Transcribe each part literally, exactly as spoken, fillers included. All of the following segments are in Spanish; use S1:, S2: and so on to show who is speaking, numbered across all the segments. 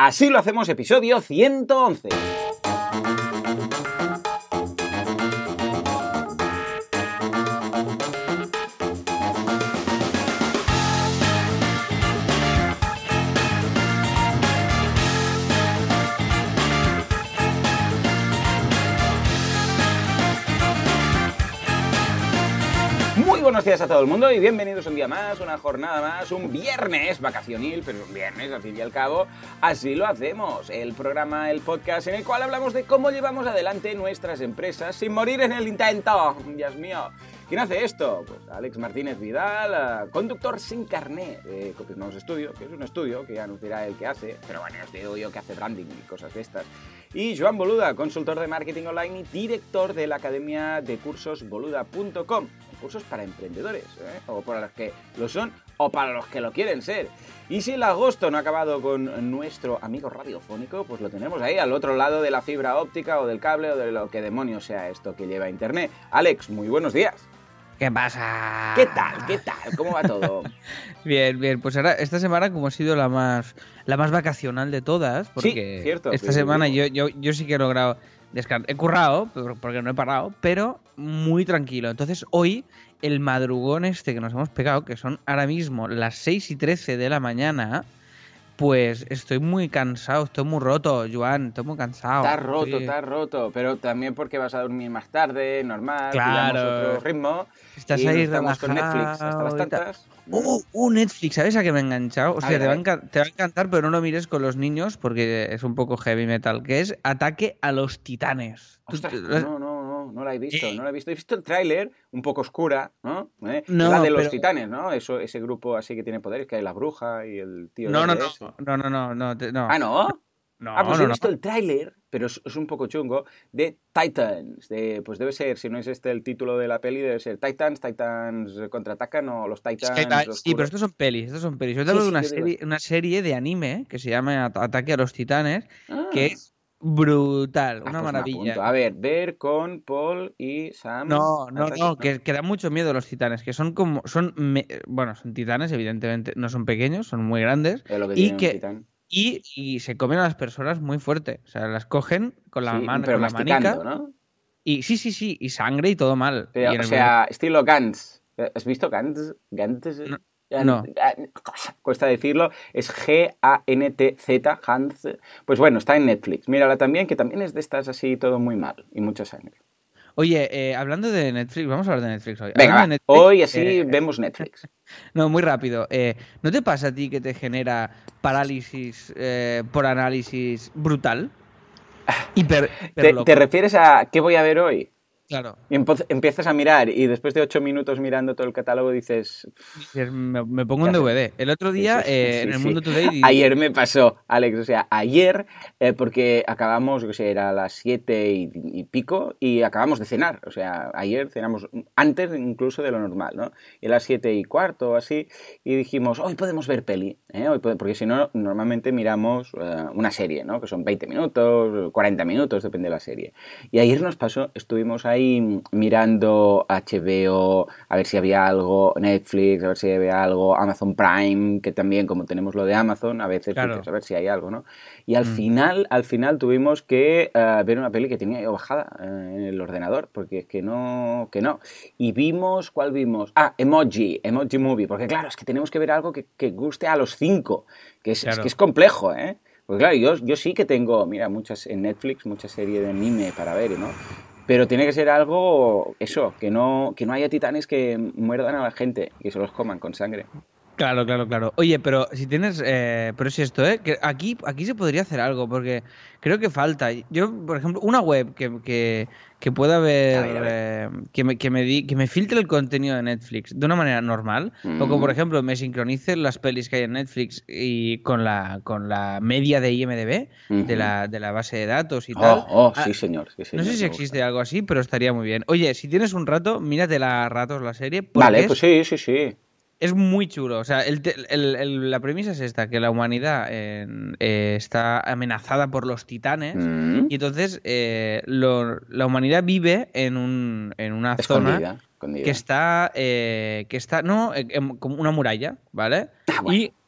S1: Así lo hacemos, episodio ciento once. Buenos días a todo el mundo y bienvenidos un día más, una jornada más, un viernes vacacionil, pero un viernes al fin y al cabo. Así lo hacemos, el programa, el podcast en el cual hablamos de cómo llevamos adelante nuestras empresas sin morir en el intento. Dios mío, ¿quién hace esto? Pues Alex Martínez Vidal, conductor sin carné de Copysmouse Studio, que es un estudio que ya nos dirá el que hace, pero bueno, os digo yo que hace branding y cosas de estas. Y Joan Boluda, consultor de marketing online y director de la academia de cursos boluda punto com. Cursos para emprendedores, ¿eh? O para los que lo son o para los que lo quieren ser. Y si el agosto no ha acabado con nuestro amigo radiofónico, pues lo tenemos ahí al otro lado de la fibra óptica o del cable o de lo que demonios sea esto que lleva internet. Alex, muy buenos días.
S2: ¿Qué pasa?
S1: ¿Qué tal? ¿Qué tal? ¿Cómo va todo?
S2: Bien, bien. Pues ahora, esta semana como ha sido la más la más vacacional de todas, porque
S1: sí, cierto,
S2: esta semana yo, yo, yo sí que he logrado descansar. He currado, porque no he parado, pero muy tranquilo. Entonces hoy, el madrugón este que nos hemos pegado, que son ahora mismo las seis y trece de la mañana, pues estoy muy cansado, estoy muy roto, Joan, estoy muy cansado.
S1: Estás roto,
S2: sí.
S1: estás roto, pero también porque vas a dormir más tarde, normal,
S2: claro.
S1: Otro ritmo.
S2: Estás
S1: y
S2: ahí
S1: estamos con
S2: relajado
S1: Netflix hasta las tantas.
S2: ¡Oh, uh, Netflix! ¿Sabes a qué me he enganchado? O sea, te va,
S1: ver.
S2: te va a encantar, pero no lo mires con los niños porque es un poco heavy metal, que es Ataque a los Titanes.
S1: Ostras, no, no, no, no la he visto, no la he visto. He visto el tráiler, un poco oscura, ¿no? ¿Eh?
S2: No,
S1: la de los
S2: pero...
S1: Titanes, ¿no? Eso, ese grupo así que tiene poderes, que hay la bruja y el tío...
S2: No, no, no,
S1: ese.
S2: no, no, no, no, no.
S1: ¿Ah, no?
S2: No,
S1: ah, pues
S2: no,
S1: he visto
S2: no.
S1: el tráiler, pero es, es un poco chungo, de Titans. De, pues debe ser, si no es este el título de la peli, debe ser Titans, Titans contraatacan o los Titans...
S2: Titans sí, pero estos son pelis, estos son pelis. Yo te hablo sí, de una, sí, serie, una serie de anime que se llama Ataque a los Titanes, ah. que es brutal, una ah, pues maravilla.
S1: A ver, ver con Paul y Sam...
S2: No, no, no, no, que, que da mucho miedo los titanes, que son como... son me, Bueno, son titanes, evidentemente, no son pequeños, son muy grandes.
S1: Es lo que
S2: y
S1: tiene
S2: que...
S1: un titán.
S2: Y, y se comen a las personas muy fuerte. O sea, las cogen con la
S1: sí,
S2: mano,
S1: pero
S2: con la manica.
S1: ¿No?
S2: Y sí, sí, sí. Y sangre y todo mal.
S1: Pero,
S2: y
S1: o sea, el... estilo Gantz. ¿Has visto Gantz? Gantz.
S2: No. no.
S1: Cuesta decirlo. Es G A N T Z. Gantz. Pues bueno, está en Netflix. Mírala también, que también es de estas así todo muy mal. Y mucha sangre.
S2: Oye, eh, hablando de Netflix, vamos a hablar de Netflix hoy.
S1: Venga,
S2: de
S1: Netflix,
S2: hoy
S1: así eh, vemos Netflix.
S2: No, muy rápido. Eh, ¿No te pasa a ti que te genera parálisis eh, por análisis brutal? Hiper,
S1: ¿Te, ¿Te refieres a qué voy a ver hoy?
S2: Claro.
S1: Y empiezas a mirar y después de ocho minutos mirando todo el catálogo dices...
S2: dices me, me pongo un D V D. El otro día sí, sí, eh, sí, en el sí. Mundo Today... Y...
S1: Ayer me pasó, Alex, o sea, ayer, eh, porque acabamos, yo sé, era a las siete y, y pico y acabamos de cenar. O sea, ayer cenamos antes incluso de lo normal, ¿no? Y a las siete y cuarto o así y dijimos, hoy podemos ver peli, ¿eh? Hoy podemos... porque si no, normalmente miramos uh, una serie, ¿no? Que son veinte minutos, cuarenta minutos, depende de la serie. Y ayer nos pasó, estuvimos ahí mirando H B O, a ver si había algo, Netflix, a ver si había algo, Amazon Prime, que también como tenemos lo de Amazon, a veces
S2: claro.
S1: dices, a ver si hay algo, ¿no? Y al mm. final, al final tuvimos que uh, ver una peli que tenía yo bajada uh, en el ordenador, porque es que no, que no. Y vimos, ¿cuál vimos? Ah, Emoji, Emoji Movie, porque claro, es que tenemos que ver algo que, que guste a los cinco, que es, claro. es que es complejo, ¿eh? Porque claro, yo, yo sí que tengo, mira, muchas en Netflix, muchas series de anime para ver, ¿no? Pero tiene que ser algo, eso, que no, que no haya titanes que muerdan a la gente, que se los coman con sangre.
S2: Claro, claro, claro. Oye, pero si tienes... Eh, pero si esto, ¿eh? Que aquí, aquí se podría hacer algo, porque creo que falta. Yo, por ejemplo, una web que, que, que pueda ver...
S1: A ver, a ver.
S2: Eh, que, me, que, me di, que me filtre el contenido de Netflix de una manera normal. Mm. O que, por ejemplo, me sincronice las pelis que hay en Netflix y con la, con la media de I M D B, mm-hmm. de, la, de la base de datos y
S1: oh,
S2: tal.
S1: Oh, sí, señor, sí, señor.
S2: No sé si existe algo así, pero estaría muy bien. Oye, si tienes un rato, míratela a ratos la serie.
S1: Vale,
S2: es...
S1: pues sí, sí, sí.
S2: Es muy chulo. O sea, el, el, el, la premisa es esta, que la humanidad eh, eh, está amenazada por los titanes mm. y entonces eh, lo, la humanidad vive en, un, en una
S1: escondida,
S2: zona
S1: escondida.
S2: que está, eh, que está no, eh, como una muralla, ¿vale?
S1: Ah, bueno.
S2: Y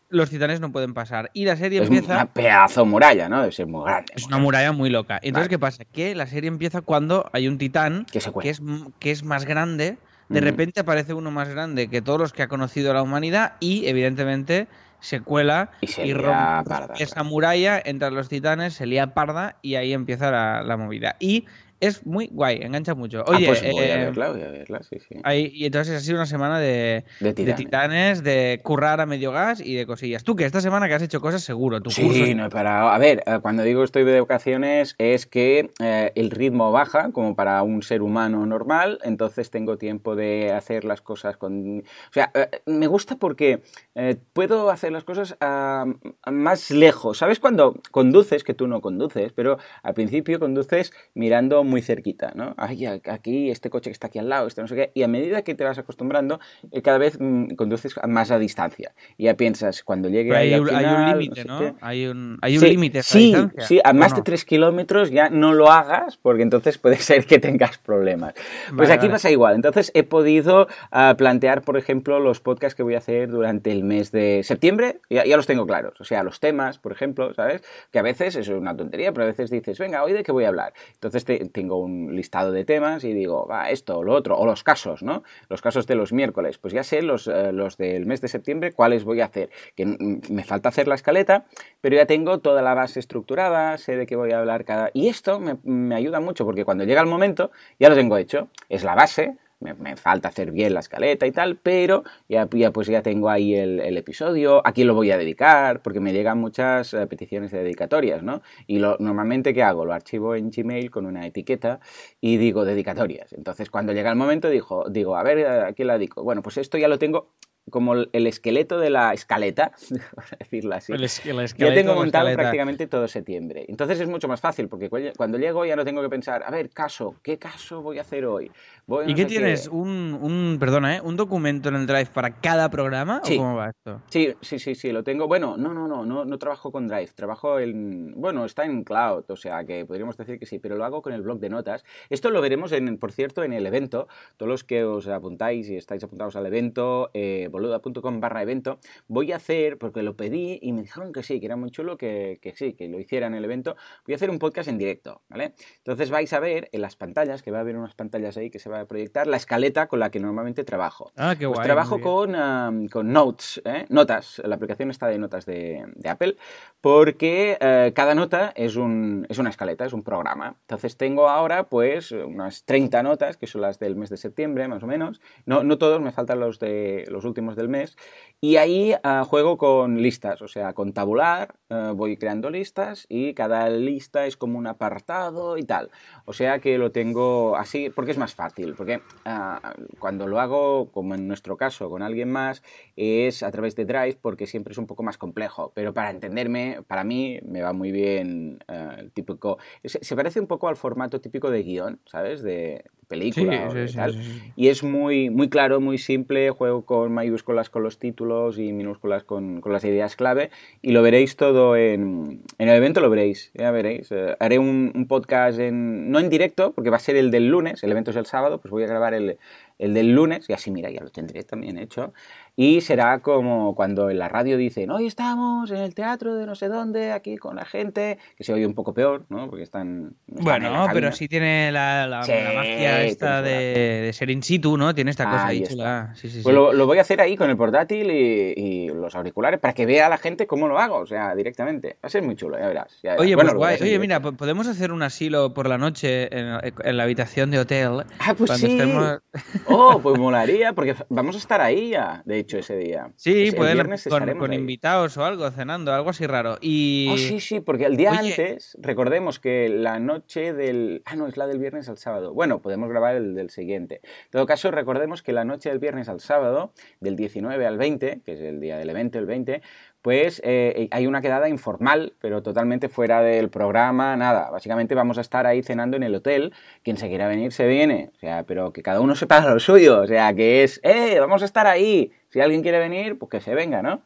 S2: los titanes no pueden pasar. Y la serie
S1: Es
S2: empieza...
S1: una pedazo muralla, ¿no? Debe ser muy grande.
S2: Es
S1: muy
S2: una
S1: grande.
S2: muralla muy loca. Entonces,
S1: Vale.
S2: ¿qué pasa? Que la serie empieza cuando hay un titán
S1: Que se cuela.
S2: que es, que es más grande. De
S1: Mm.
S2: repente aparece uno más grande que todos los que ha conocido la humanidad y, evidentemente, se cuela
S1: Y se
S2: y
S1: lía
S2: rompe
S1: parda,
S2: esa
S1: claro.
S2: muralla entre los titanes, se lía parda y ahí empieza la, la movida. Y es muy guay, engancha mucho.
S1: Ah,
S2: Oye,
S1: pues voy a
S2: eh,
S1: verla, voy a verla, sí, sí.
S2: ahí, y entonces ha sido una semana de,
S1: De
S2: de
S1: titanes.
S2: titanes, de currar a medio gas y de cosillas. Tú, que esta semana que has hecho cosas, seguro, tu curso...
S1: Sí, no he parado. A ver, eh, cuando digo estoy de vacaciones es que eh, el ritmo baja como para un ser humano normal, entonces tengo tiempo de hacer las cosas con... O sea, eh, me gusta porque eh, puedo hacer las cosas a, a más lejos. ¿Sabes cuando conduces, que tú no conduces, pero al principio conduces mirando muy cerquita, ¿no? Ay, aquí, este coche que está aquí al lado, este no sé qué, y a medida que te vas acostumbrando, eh, cada vez mm, conduces más a distancia. Y ya piensas, cuando llegue
S2: Pero
S1: ahí
S2: hay,
S1: al
S2: un- hay un
S1: final, no
S2: límite,
S1: sé
S2: ¿no?
S1: qué...
S2: Hay un, hay un
S1: Sí,
S2: límite a esa
S1: sí,
S2: distancia.
S1: sí, a
S2: ¿o
S1: más
S2: no?
S1: de tres kilómetros ya no lo hagas porque entonces puede ser que tengas problemas. Pues
S2: Vale,
S1: aquí
S2: vale.
S1: pasa igual. Entonces he podido uh, plantear, por ejemplo, los podcasts que voy a hacer durante el mes de septiembre. Ya, ya los tengo claros. O sea, los temas, por ejemplo, ¿sabes? Que a veces eso es una tontería, pero a veces dices, venga, ¿hoy de qué voy a hablar? Entonces te, tengo un listado de temas y digo, va, esto o lo otro. O los casos, ¿no? Los casos de los miércoles. Pues ya sé los, uh, los del mes de septiembre cuáles voy a hacer. Que mm, me falta hacer la escaleta, pero ya tengo toda la base estructurada, sé de qué voy a hablar cada... Y esto me, me ayuda mucho porque cuando llega el momento ya lo tengo hecho, es la base, me, me falta hacer bien la escaleta y tal, pero ya, ya pues ya tengo ahí el, el episodio, a quién lo voy a dedicar, porque me llegan muchas uh, peticiones de dedicatorias, ¿no? Y lo, normalmente, ¿qué hago? Lo archivo en Gmail con una etiqueta y digo dedicatorias. Entonces, cuando llega el momento, digo, digo a ver, ¿a quién la dedico? Bueno, pues esto ya lo tengo como el esqueleto de la escaleta, por decirlo así,
S2: El es- el
S1: ya
S2: esqueleto
S1: tengo
S2: de la
S1: montado
S2: escaleta.
S1: prácticamente todo septiembre. Entonces es mucho más fácil, porque cuando llego ya no tengo que pensar, a ver, caso, ¿qué caso voy a hacer hoy? Voy
S2: ¿Y
S1: no
S2: qué
S1: sé
S2: tienes?
S1: qué.
S2: ¿Un, un, perdona, ¿eh? ¿Un documento en el Drive para cada programa o
S1: Sí,
S2: cómo va esto?
S1: sí, sí, sí, sí, lo tengo. Bueno, no, no, no, no, no trabajo con Drive, trabajo en, bueno, está en Cloud, o sea que podríamos decir que sí, pero lo hago con el blog de notas. Esto lo veremos, en, por cierto, en el evento. Todos los que os apuntáis y estáis apuntados al evento, eh, boluda.com barra evento, voy a hacer, porque lo pedí y me dijeron que sí, que era muy chulo, que, que sí, que lo hiciera en el evento, voy a hacer un podcast en directo, ¿vale? Entonces vais a ver en las pantallas, que va a haber unas pantallas ahí que se va a proyectar, la escaleta con la que normalmente trabajo.
S2: Ah, qué
S1: Pues
S2: guay.
S1: trabajo
S2: muy bien.
S1: con, um, con Notes, ¿eh? Notas, la aplicación está de notas de, de Apple, porque eh, cada nota es, un, es una escaleta, es un programa. Entonces tengo ahora pues unas treinta notas, que son las del mes de septiembre, más o menos. No, no todos, me faltan los, de, los últimos del mes. Y ahí uh, juego con listas, o sea, con tabular, uh, voy creando listas y cada lista es como un apartado y tal. O sea que lo tengo así porque es más fácil, porque uh, cuando lo hago, como en nuestro caso, con alguien más, es a través de Drive porque siempre es un poco más complejo, pero para entenderme, para mí me va muy bien uh, el típico... Se, se parece un poco al formato típico de guión, ¿sabes? De película
S2: Sí,
S1: o
S2: sí,
S1: de
S2: sí,
S1: tal.
S2: sí, sí.
S1: Y es muy, muy claro, muy simple, juego con mayúsculas con los títulos y minúsculas con, con las ideas clave y lo veréis todo en, en el evento, lo veréis, ya veréis. Eh, haré un, un podcast, en, no en directo, porque va a ser el del lunes, el evento es el sábado, pues voy a grabar el, el del lunes y así, mira, ya lo tendré también hecho. Y será como cuando en la radio dicen, hoy estamos en el teatro de no sé dónde, aquí con la gente, que se oye un poco peor, ¿no? Porque están, no están en la
S2: Bueno, pero
S1: cabina.
S2: sí tiene la, la,
S1: Sí,
S2: la magia
S1: tiene
S2: esta
S1: su gracia.
S2: de, de ser in situ, ¿no? Tiene esta cosa ahí
S1: Ahí está.
S2: chula. Sí, sí,
S1: Pues
S2: sí.
S1: lo, lo voy a hacer ahí con el portátil y, y los auriculares para que vea la gente cómo lo hago, o sea, directamente. Va a ser muy chulo, ya verás. Ya verás.
S2: Oye,
S1: Bueno,
S2: pues
S1: lo
S2: guay.
S1: verás en
S2: Oye,
S1: directo.
S2: mira, po- podemos hacer un asilo por la noche en, en la habitación de hotel
S1: Ah, pues
S2: cuando
S1: sí.
S2: estemos...
S1: Oh, pues molaría, porque vamos a estar ahí ya, de hecho, ese día.
S2: Sí,
S1: Es- el
S2: pueden
S1: viernes
S2: con,
S1: estaremos
S2: con
S1: ahí.
S2: invitados o algo, cenando, algo así raro.
S1: Oh,
S2: Y...
S1: sí, sí, porque el día
S2: Oye,
S1: antes, recordemos que la noche del... Ah, no, es la del viernes al sábado. Bueno, podemos grabar el del siguiente. En todo caso, recordemos que la noche del viernes al sábado, del diecinueve al veinte, que es el día del evento, el veinte, pues eh, hay una quedada informal, pero totalmente fuera del programa, nada. Básicamente vamos a estar ahí cenando en el hotel. Quien se quiera venir, se viene. O sea, pero que cada uno sepa lo suyo. O sea, que es, ¡eh, vamos a estar ahí! Si alguien quiere venir, pues que se venga, ¿no?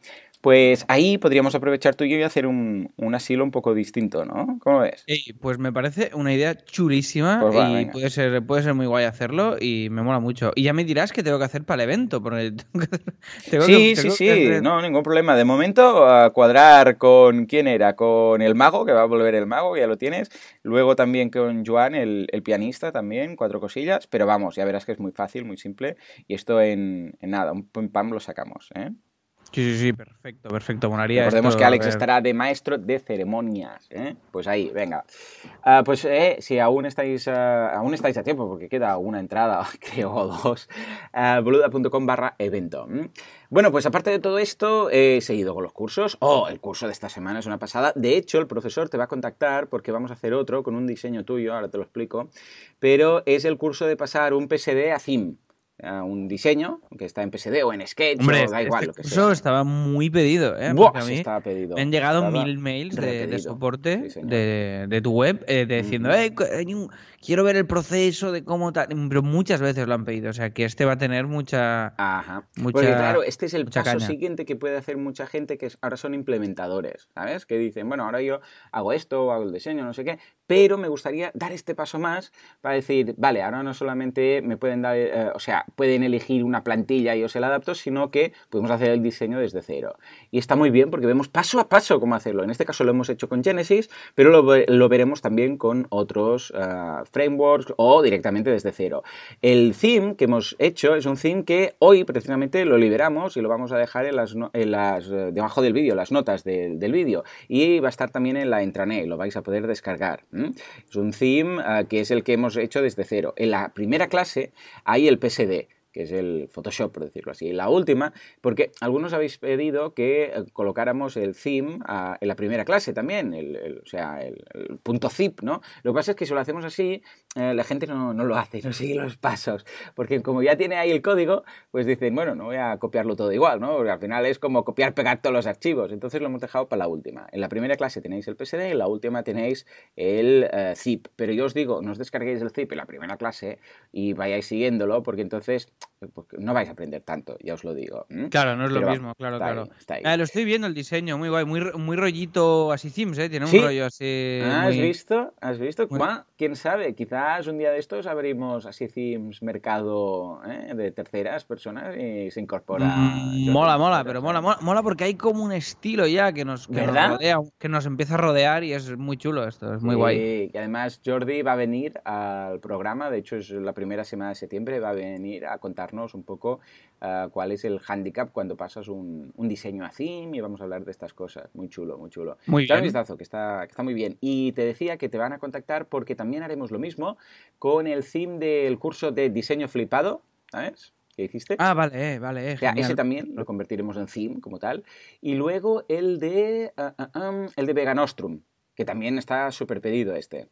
S1: Pues ahí podríamos aprovechar tú y yo y hacer un, un asilo un poco distinto, ¿no? ¿Cómo ves?
S2: Ey, pues me parece una idea chulísima
S1: Pues va,
S2: y
S1: venga.
S2: puede ser, puede ser muy guay hacerlo y me mola mucho. Y ya me dirás qué tengo que hacer para el evento, porque tengo que, tengo
S1: Sí,
S2: que,
S1: sí,
S2: tengo
S1: sí,
S2: que hacer...
S1: no, ningún problema. De momento, a cuadrar con quién era, con el mago, que va a volver el mago, ya lo tienes. Luego también con Joan, el, el pianista, también, cuatro cosillas. Pero vamos, ya verás que es muy fácil, muy simple. Y esto en, en nada, un pim pam lo sacamos, ¿eh?
S2: Sí, sí, sí, perfecto, perfecto. Molaría
S1: Recordemos
S2: esto,
S1: que
S2: a
S1: Alex
S2: ver.
S1: estará de maestro de ceremonias, ¿eh? Pues ahí, venga. Ah, pues eh, si aún estáis, ah, aún estáis a tiempo, porque queda una entrada, creo, o dos, uh, boluda.com barra evento. ¿m? Bueno, pues aparte de todo esto, he seguido con los cursos. Oh, el curso de esta semana es una pasada. De hecho, el profesor te va a contactar porque vamos a hacer otro con un diseño tuyo, ahora te lo explico. Pero es el curso de pasar un P S D a theme. A un diseño que está en P S D o en Sketch
S2: Hombre,
S1: o da igual
S2: este
S1: lo que
S2: curso
S1: sea.
S2: estaba muy pedido, ¿eh?
S1: Buah,
S2: Porque a
S1: sí
S2: mí
S1: estaba pedido.
S2: me han llegado
S1: Estaba
S2: mil mails de, de
S1: repetido.
S2: soporte
S1: Sí, señor.
S2: de, de tu web eh, de diciendo,
S1: Ujú.
S2: "Eh, cu- hay un- quiero ver el proceso de cómo tal", pero muchas veces lo han pedido, o sea que este va a tener mucha,
S1: Ajá. Porque
S2: mucha,
S1: claro, este es el
S2: mucha
S1: paso
S2: caña.
S1: siguiente que puede hacer mucha gente que es- ahora son implementadores, ¿sabes? Que dicen, bueno, ahora yo hago esto, hago el diseño, no sé qué, pero me gustaría dar este paso más para decir, vale, ahora no solamente me pueden dar, eh, o sea, pueden elegir una plantilla y yo se la adapto, sino que podemos hacer el diseño desde cero. Y está muy bien porque vemos paso a paso cómo hacerlo. En este caso lo hemos hecho con Genesis, pero lo, ve- lo veremos también con otros uh, frameworks o directamente desde cero. El theme que hemos hecho es un theme que hoy precisamente lo liberamos y lo vamos a dejar en las, no en las eh, debajo del vídeo, las notas de, del vídeo. Y va a estar también en la intranet, lo vais a poder descargar. ¿m? Es un theme uh, que es el que hemos hecho desde cero. En la primera clase hay el P S D, que es el Photoshop, por decirlo así. Y la última, porque algunos habéis pedido que eh, colocáramos el theme uh, en la primera clase también, el, el, o sea, el, el punto zip, ¿no? Lo que pasa es que si lo hacemos así, eh, la gente no, no lo hace, no sigue los pasos, porque como ya tiene ahí el código, pues dicen, bueno, no voy a copiarlo todo igual, ¿no? Porque al final es como copiar, pegar todos los archivos. Entonces lo hemos dejado para la última. En la primera clase tenéis el P S D, en la última tenéis el uh, zip. Pero yo os digo, no os descarguéis el zip en la primera clase y vayáis siguiéndolo, porque entonces porque no vais a aprender tanto, ya os lo digo. ¿m?
S2: Claro, no es
S1: Pero
S2: lo
S1: va,
S2: mismo, claro,
S1: está
S2: claro.
S1: ahí, está ahí.
S2: Ah, lo estoy viendo el diseño, muy guay, muy, muy rollito así themes, ¿eh? Tiene un
S1: ¿Sí?
S2: rollo así
S1: Ah,
S2: muy...
S1: ¿Has visto? ¿Has visto?
S2: muy...
S1: Bueno, quién sabe, quizás un día de estos abrimos así themes mercado ¿eh? de terceras personas y se incorpora
S2: Mm,
S1: Jordi
S2: mola,
S1: con
S2: mola,
S1: nosotros,
S2: pero
S1: ¿eh?
S2: mola, mola, mola porque hay como un estilo ya que nos, que nos
S1: ¿Verdad?
S2: rodea, que nos empieza a rodear y es muy chulo esto, es muy guay.
S1: Sí, y además Jordi va a venir al programa, de hecho es la primera semana de septiembre, va a venir a contarnos un poco uh, cuál es el handicap cuando pasas un, un diseño a theme y vamos a hablar de estas cosas. Muy chulo, muy chulo.
S2: Muy
S1: Dale un
S2: bien.
S1: vistazo, que está, que está muy bien. Y te decía que te van a contactar porque también haremos lo mismo con el theme del curso de diseño flipado, ¿sabes? ¿Qué hiciste?
S2: Ah, vale, vale,
S1: O sea,
S2: genial.
S1: ese también lo convertiremos en theme como tal. Y luego el de, uh, uh, um, el de Veganostrum, que también está súper pedido este.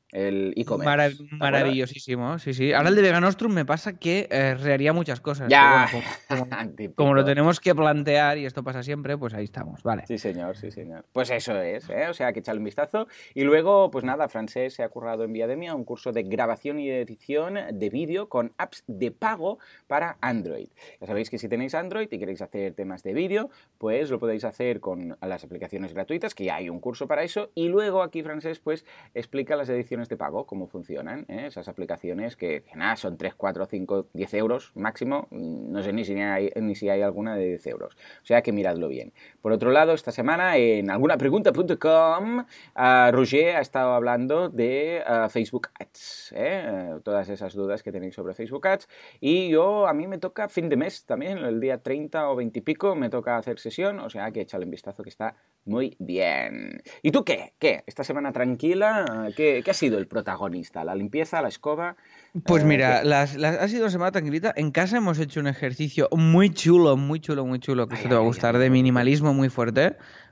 S1: El e-commerce.
S2: Marav
S1: ¿Te acuerdas?
S2: maravillosísimo, sí, sí. Ahora el de Veganostrum me pasa que eh, reharía muchas cosas.
S1: Ya,
S2: Pero bueno, como, como,
S1: típico.
S2: como lo tenemos que plantear y esto pasa siempre, pues ahí estamos, vale.
S1: Sí, señor, sí, señor. Pues eso es, ¿eh? O sea, que echarle un vistazo. Y luego, pues nada, Francés se ha currado en Viademia un curso de grabación y edición de vídeo con apps de pago para Android. Ya sabéis que si tenéis Android y queréis hacer temas de vídeo, pues lo podéis hacer con las aplicaciones gratuitas, que ya hay un curso para eso. Y luego aquí Francés, pues, explica las ediciones de pago, cómo funcionan, ¿eh? Esas aplicaciones que, que nada, son tres, cuatro, cinco, diez euros máximo. No sé ni si hay, ni si hay alguna de diez euros. O sea que miradlo bien. Por otro lado, esta semana en alguna pregunta punto com, uh, Roger ha estado hablando de uh, Facebook Ads, ¿eh? Uh, todas esas dudas que tenéis sobre Facebook Ads. Y yo, a mí me toca fin de mes también, el día treinta o veinte y pico, me toca hacer sesión, o sea que échale un vistazo que está muy bien. ¿Y tú qué? ¿Qué? ¿Esta semana tranquila? ¿Qué, qué ha sido el protagonista? ¿La limpieza, la escoba?
S2: Pues
S1: Uh,
S2: mira, las, las, ha sido una semana tranquilita. En casa hemos hecho un ejercicio muy chulo, muy chulo, muy chulo, que
S1: ay,
S2: esto te va a
S1: ay,
S2: gustar,
S1: ay,
S2: de
S1: repite.
S2: minimalismo muy fuerte.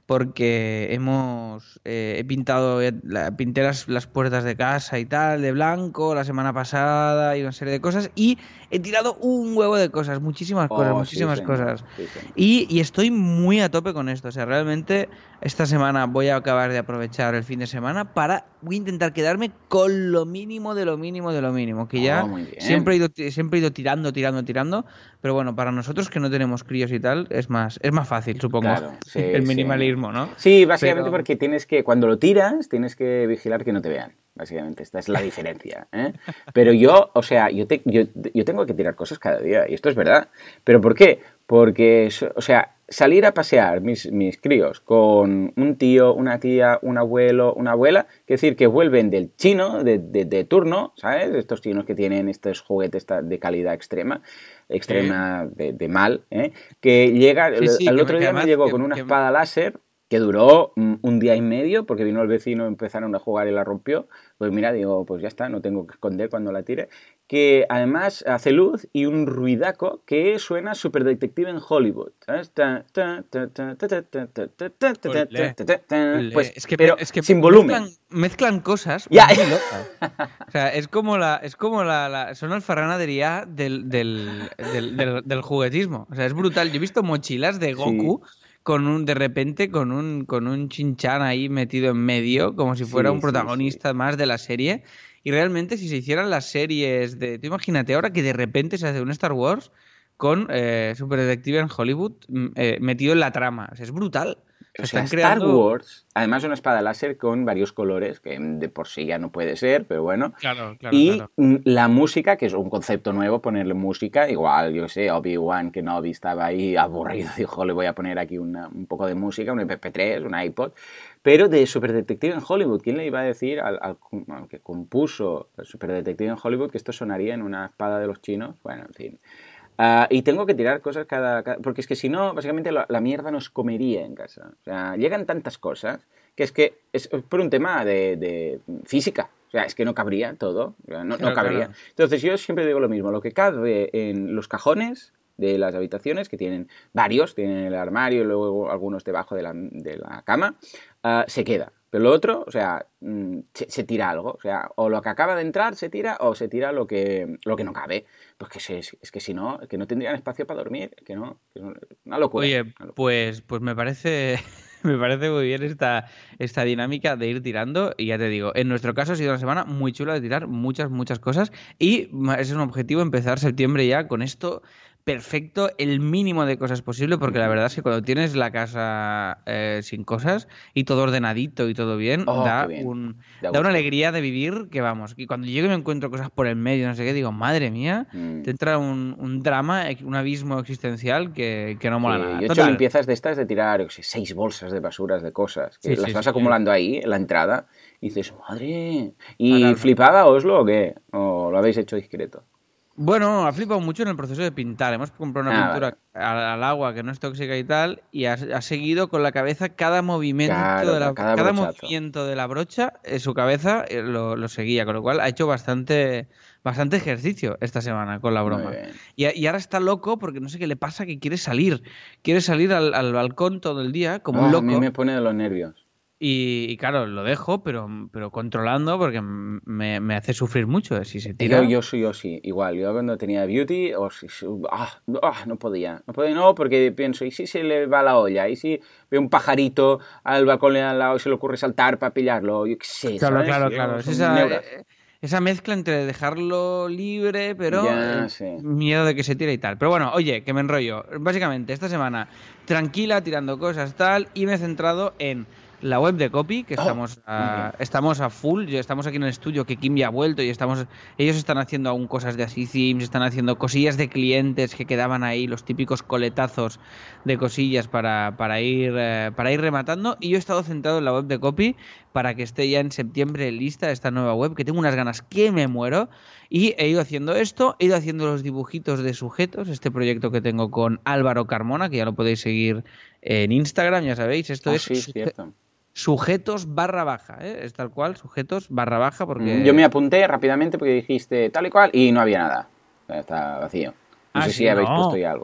S2: porque hemos eh, he pintado, eh, la, pinté las, las puertas de casa y tal, de blanco, la semana pasada y una serie de cosas, y he tirado un huevo de cosas, muchísimas cosas,
S1: Oh, sí,
S2: muchísimas
S1: señor.
S2: cosas.
S1: Sí, señor.
S2: Y, y estoy muy a tope con esto, o sea, realmente esta semana voy a acabar de aprovechar el fin de semana para, voy a intentar quedarme con lo mínimo de lo mínimo de lo mínimo, que
S1: Oh,
S2: ya
S1: muy bien.
S2: siempre he ido, siempre he ido tirando, tirando, tirando, pero bueno, para nosotros que no tenemos críos y tal, es más, es más fácil, supongo,
S1: Claro, sí,
S2: el
S1: sí.
S2: minimalismo, ¿no?
S1: Sí, básicamente
S2: Pero...
S1: porque tienes que, cuando lo tiras, tienes que vigilar que no te vean. Básicamente, esta es la diferencia, ¿eh? Pero yo, o sea, yo, te, yo, yo tengo que tirar cosas cada día, y esto es verdad. ¿Pero por qué? Porque, o sea, salir a pasear mis, mis críos con un tío, una tía, un abuelo, una abuela, que decir que vuelven del chino, de, de, de turno, ¿sabes? Estos chinos que tienen estos juguetes de calidad extrema, extrema de, de mal, ¿eh? Que llega,
S2: Sí, sí,
S1: el, el
S2: que
S1: otro
S2: me- que
S1: día me
S2: además
S1: llegó
S2: que,
S1: con una
S2: que-
S1: espada láser que duró mm, un día y medio porque vino el vecino, empezaron a jugar y la rompió. Pues mira, digo, pues ya está, no tengo que esconder cuando la tire. Que además hace luz y un ruidaco que suena Super Detective en Hollywood. ¿Sabes? Ta, ta, ta, ta, ta, ta, ta, ta, ta, ta, ta,
S2: Olé,
S1: ta, ta, ta.
S2: olé.
S1: Pues,
S2: es que,
S1: pero
S2: es que
S1: sin
S2: mezclan,
S1: volumen.
S2: mezclan cosas
S1: Ya.
S2: muy locas. O sea, es como la, es como la, la son el Ferran Adrià del, del, del, del, del juguetismo. O sea, es brutal. Yo he visto mochilas de
S1: Sí,
S2: Goku con un, de repente, con un, con un Shin-chan ahí metido en medio, como si fuera
S1: sí,
S2: un
S1: sí, sí.
S2: protagonista más de la serie. Y realmente, si se hicieran las series de, tú imagínate ahora que de repente se hace un Star Wars con eh, Super Detective en Hollywood mm, eh, metido en la trama. O sea, es brutal. O
S1: O
S2: sea,
S1: sea,
S2: están
S1: Star
S2: creando.
S1: Wars, además una espada láser con varios colores, que de por sí ya no puede ser, pero bueno.
S2: Claro, claro,
S1: Y
S2: claro.
S1: mm, la música, que es un concepto nuevo, ponerle música, igual, yo qué sé, Obi-Wan Kenobi estaba ahí aburrido, dijo, le voy a poner aquí una, un poco de música, un eme pe tres, un iPod, pero de Super Detective en Hollywood. ¿Quién le iba a decir al, al, al que compuso Super Detective en Hollywood que esto sonaría en una espada de los chinos? Bueno, en fin. Uh, y tengo que tirar cosas cada, cada... Porque es que si no, básicamente la, la mierda nos comería en casa. O sea, llegan tantas cosas que es que es por un tema de, de física. O sea, es que no cabría todo. O sea, no,
S2: Claro,
S1: no cabría.
S2: claro.
S1: Entonces yo siempre digo lo mismo. Lo que cabe en los cajones de las habitaciones, que tienen varios, tienen el armario y luego algunos debajo de la, de la cama, uh, se queda. Pero lo otro, o sea, se, se tira algo. O sea, o lo que acaba de entrar se tira o se tira lo que, lo que no cabe. Pues que se, es que si no, que no tendrían espacio para dormir. Que no, que no una locura.
S2: Oye,
S1: Una locura.
S2: pues, pues me parece, me parece muy bien esta, esta dinámica de ir tirando. Y ya te digo, en nuestro caso ha sido una semana muy chula de tirar muchas, muchas cosas. Y es un objetivo empezar septiembre ya con esto perfecto, el mínimo de cosas posible, porque la verdad es que cuando tienes la casa eh, sin cosas y todo ordenadito y todo bien,
S1: Oh, qué
S2: da
S1: bien.
S2: un,
S1: Da
S2: da una
S1: gusto.
S2: alegría de vivir que vamos. Y cuando llego y me encuentro cosas por el medio, no sé qué, digo, madre mía,
S1: Mm.
S2: te entra un, un drama, un abismo existencial que, que no mola
S1: Sí,
S2: nada.
S1: yo he hecho
S2: Total.
S1: limpiezas de estas de tirar, yo qué sé, seis bolsas de basuras, de cosas, que
S2: Sí,
S1: las
S2: sí,
S1: vas
S2: sí, sí.
S1: acumulando ahí, en la entrada, y dices, madre. ¿Y
S2: Fatal, fatal.
S1: flipaba Oslo o qué? ¿O lo habéis hecho discreto?
S2: Bueno, ha flipado mucho en el proceso de pintar. Hemos comprado una
S1: Ah, vale.
S2: pintura al, al agua que no es tóxica y tal, y ha, ha seguido con la cabeza cada movimiento
S1: Claro,
S2: de
S1: ca-
S2: la,
S1: cada
S2: cada
S1: brochazo.
S2: movimiento de la brocha, en su cabeza eh, lo, lo seguía, con lo cual ha hecho bastante, bastante ejercicio esta semana con la
S1: Muy
S2: broma.
S1: bien.
S2: Y, a- y ahora está loco porque no sé qué le pasa, que quiere salir. Quiere salir al, al balcón todo el día como un
S1: Oh, a mí
S2: loco.
S1: me pone de los nervios.
S2: Y, y claro, lo dejo, pero, pero controlando porque me, me hace sufrir mucho. Si se
S1: Yo,
S2: tira.
S1: yo soy yo sí, igual. Yo cuando tenía beauty, oh, sí, sí, ah, ah, no podía. No podía, no, porque pienso, ¿y si se le va la olla? ¿Y si ve un pajarito al balcón de al lado y se le ocurre saltar para pillarlo? Yo qué sé,
S2: Claro,
S1: ¿sabes?
S2: claro,
S1: Yo,
S2: claro. Es
S1: son mis
S2: esa,
S1: neuras.
S2: eh, esa mezcla entre dejarlo libre, pero
S1: Ya
S2: eh,
S1: sé.
S2: miedo de que se tire y tal. Pero bueno, oye, que me enrollo. Básicamente, esta semana, tranquila, tirando cosas, tal, y me he centrado en la web de Copy, que
S1: Oh,
S2: estamos
S1: muy bien.
S2: a, estamos a full. Yo- Estamos aquí en el estudio, que Kim ya ha vuelto, y estamos. Ellos están haciendo aún cosas de así themes, están haciendo cosillas de clientes que quedaban ahí, los típicos coletazos de cosillas para, para ir eh, para ir rematando. Y yo he estado centrado en la web de Copy para que esté ya en septiembre lista esta nueva web, que tengo unas ganas que me muero. Y he ido haciendo esto, he ido haciendo los dibujitos de sujetos, este proyecto que tengo con Álvaro Carmona, que ya lo podéis seguir en Instagram, ya sabéis, esto
S1: Ah,
S2: es
S1: sí, es
S2: suje-
S1: cierto.
S2: sujetos barra baja, ¿eh? Es tal cual, sujetos barra baja,
S1: Mm, Yo me
S2: porque...
S1: apunté rápidamente porque dijiste tal y cual y no había nada. O sea, está vacío. No
S2: Ah,
S1: sé si
S2: sí,
S1: habéis puesto
S2: no.
S1: ya algo.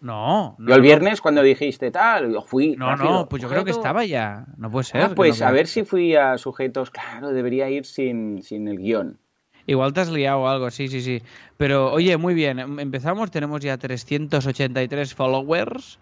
S2: No, no.
S1: Yo el
S2: no.
S1: viernes cuando dijiste tal, yo fui.
S2: No,
S1: rápido,
S2: no, pues yo creo que
S1: sujeto.
S2: estaba ya. No puede ser.
S1: Ah,
S2: que
S1: pues
S2: no
S1: a
S2: puede
S1: ver
S2: ser.
S1: si fui a sujetos. Claro, debería ir sin, sin el guión.
S2: Igual te has liado o algo, sí, sí, sí. Pero oye, muy bien, em- empezamos, tenemos ya trescientos ochenta y tres followers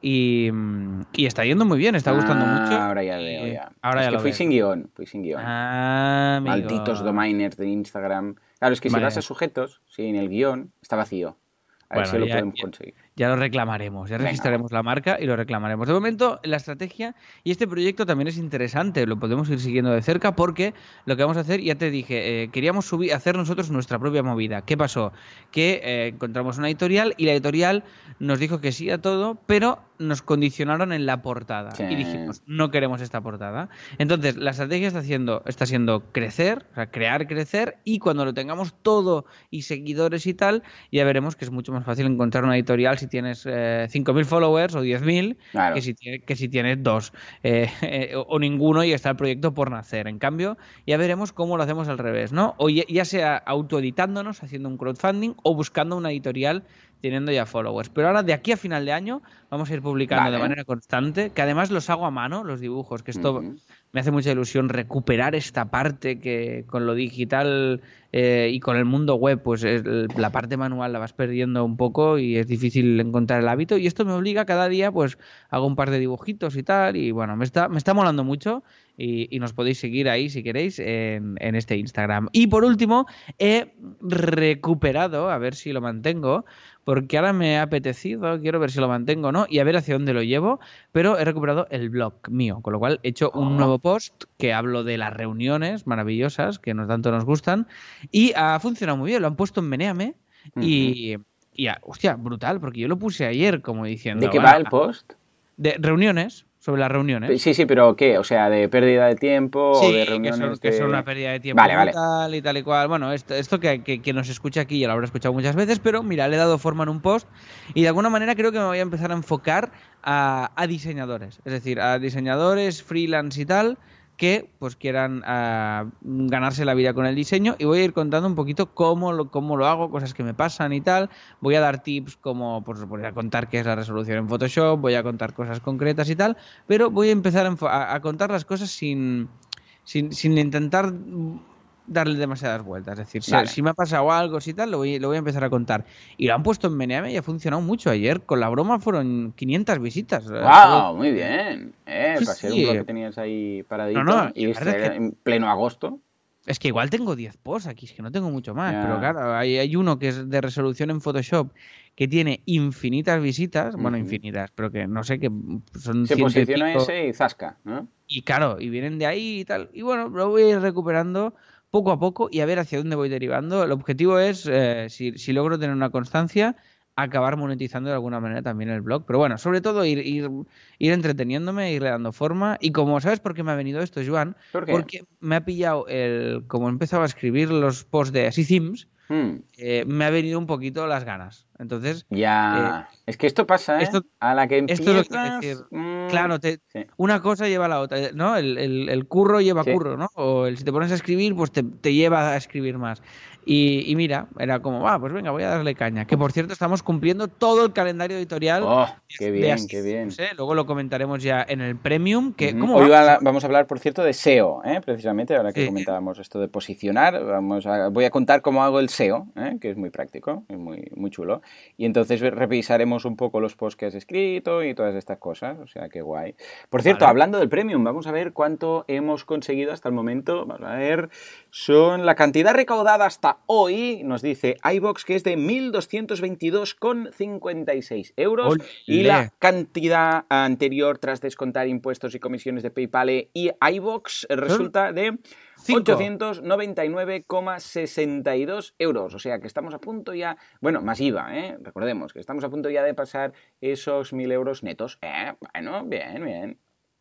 S2: y, mm, y está yendo muy bien, está gustando mucho.
S1: Ah, ahora ya veo
S2: Y
S1: ya.
S2: ahora
S1: Es
S2: ya
S1: que
S2: lo
S1: fui
S2: ves,
S1: sin
S2: ¿no?
S1: guión, fui sin guión.
S2: Ah,
S1: Malditos
S2: amigo.
S1: dominers de Instagram. Claro, es que si vas a
S2: Vale.
S1: sujetos, sin el guión, está vacío. A ver si
S2: Bueno,
S1: lo
S2: ya,
S1: podemos
S2: ya,
S1: conseguir.
S2: ya lo reclamaremos, ya
S1: Venga, va.
S2: registraremos la marca y lo reclamaremos. De momento, la estrategia y este proyecto también es interesante, lo podemos ir siguiendo de cerca porque lo que vamos a hacer, ya te dije, eh, queríamos subir, hacer nosotros nuestra propia movida. ¿Qué pasó? Que eh, encontramos una editorial y la editorial nos dijo que sí a todo, pero nos condicionaron en la portada
S1: Sí.
S2: y dijimos, no queremos esta portada. Entonces, la estrategia está haciendo, está siendo crecer, o sea, crear, crecer y cuando lo tengamos todo y seguidores y tal, ya veremos que es mucho más fácil encontrar una editorial si tienes eh, cinco mil followers o diez mil
S1: Claro.
S2: que si, tiene- que si tienes dos eh, eh, o, o ninguno y está el proyecto por nacer. En cambio, ya veremos cómo lo hacemos al revés, ¿no? O ya, ya sea autoeditándonos, haciendo un crowdfunding o buscando una editorial teniendo ya followers. Pero ahora, de aquí a final de año, vamos a ir publicando
S1: Vale.
S2: de manera constante, que además los hago a mano, los dibujos, que esto
S1: Ujú.
S2: me hace mucha ilusión recuperar esta parte que con lo digital eh, y con el mundo web, pues es, la parte manual la vas perdiendo un poco y es difícil encontrar el hábito. Y esto me obliga cada día, pues hago un par de dibujitos y tal. Y bueno, me está, me está molando mucho y, y nos podéis seguir ahí si queréis en, en este Instagram. Y por último, he recuperado, a ver si lo mantengo, porque ahora me ha apetecido, quiero ver si lo mantengo o no y a ver hacia dónde lo llevo, pero he recuperado el blog mío, con lo cual he hecho un
S1: Oh.
S2: nuevo post que hablo de las reuniones maravillosas que nos tanto nos gustan y ha funcionado muy bien, lo han puesto en Meneame y, y ah, hostia, brutal, porque yo lo puse ayer como diciendo,
S1: ¿De qué
S2: bueno,
S1: va el post?
S2: de reuniones, sobre las reuniones.
S1: Sí, sí, pero ¿qué? O sea, ¿de pérdida de tiempo o de
S2: Sí, que
S1: reuniones
S2: son, que
S1: de...?
S2: son una pérdida de tiempo
S1: Vale, vale.
S2: brutal y tal y cual. Bueno, esto, esto que, que, que nos escucha aquí ya lo habrá escuchado muchas veces, pero mira, le he dado forma en un post y de alguna manera creo que me voy a empezar a enfocar a, a diseñadores. Es decir, a diseñadores, freelance y tal, que pues quieran ah, ganarse la vida con el diseño y voy a ir contando un poquito cómo lo, cómo lo hago, cosas que me pasan y tal. Voy a dar tips como, pues voy a contar qué es la resolución en Photoshop, voy a contar cosas concretas y tal, pero voy a empezar a, enfo- a- a contar las cosas sin, sin, sin intentar darle demasiadas vueltas. Es decir, si,
S1: Vale.
S2: si me ha pasado algo y tal, lo voy, lo voy a empezar a contar. Y lo han puesto en Meneame y ha funcionado mucho. Ayer con la broma fueron quinientas visitas. Eh,
S1: ¡Wow! Muy bien. Eh,
S2: Sí,
S1: para ser
S2: sí.
S1: un blog que tenías ahí paradito
S2: No, no, y
S1: y
S2: aparte es
S1: ser
S2: que-
S1: en pleno agosto.
S2: Es que igual tengo diez posts aquí, es que no tengo mucho más.
S1: Ya.
S2: Pero claro, hay, hay uno que es de resolución en Photoshop que tiene infinitas visitas. Bueno,
S1: Ujú.
S2: infinitas, pero que no sé, que son
S1: Se
S2: ciento y
S1: posiciona
S2: pico.
S1: ese y zasca, ¿no?
S2: Y claro, y vienen de ahí y tal. Y bueno, lo voy a ir recuperando poco a poco y a ver hacia dónde voy derivando. El objetivo es, eh, si, si logro tener una constancia, acabar monetizando de alguna manera también el blog. Pero bueno, sobre todo ir, ir, ir entreteniéndome, irle dando forma. Y como sabes por qué me ha venido esto, Joan,
S1: ¿Por qué?
S2: porque me ha pillado el, como empezaba a escribir los posts de Así Themes,
S1: Hmm,
S2: eh, me ha venido un poquito las ganas. Entonces,
S1: ya. Es que esto pasa, ¿eh?
S2: esto-
S1: A la que
S2: esto es lo que
S1: empiezas...
S2: quiero decir.
S1: mm,
S2: Claro, te-
S1: sí.
S2: una cosa lleva a la otra, ¿no? El, el- el curro lleva
S1: Sí.
S2: curro, ¿no? O el, si te pones a escribir, pues te, te lleva a escribir más. Y, y mira, era como, va, pues venga, voy a darle caña. Que por cierto, estamos cumpliendo todo el calendario editorial.
S1: Oh,
S2: de-
S1: qué
S2: de
S1: bien,
S2: Así
S1: qué bien.
S2: Themes, ¿eh? Luego lo comentaremos ya en el Premium. Que,
S1: Ujú.
S2: ¿cómo
S1: Hoy
S2: vamos?
S1: va la- vamos a hablar, por cierto, de S E O, ¿eh? Precisamente, ahora que
S2: Sí.
S1: comentábamos esto de posicionar, vamos a, voy a contar cómo hago el S E O, ¿eh? Que es muy práctico, es muy, muy chulo. Y entonces revisaremos un poco los posts que has escrito y todas estas cosas, o sea, qué guay. Por cierto,
S2: Vale.
S1: hablando del Premium, vamos a ver cuánto hemos conseguido hasta el momento. Vamos a ver, son la cantidad recaudada hasta hoy, nos dice iVoox, que es de mil doscientos veintidós coma cincuenta y seis euros.
S2: Olé.
S1: Y la cantidad anterior tras descontar impuestos y comisiones de PayPal y iVoox eh, resulta de
S2: Cinco.
S1: ochocientos noventa y nueve coma sesenta y dos euros. O sea que estamos a punto ya, bueno, más I V A, ¿eh? Recordemos que estamos a punto ya de pasar esos mil euros netos. Eh, bueno, bien, bien.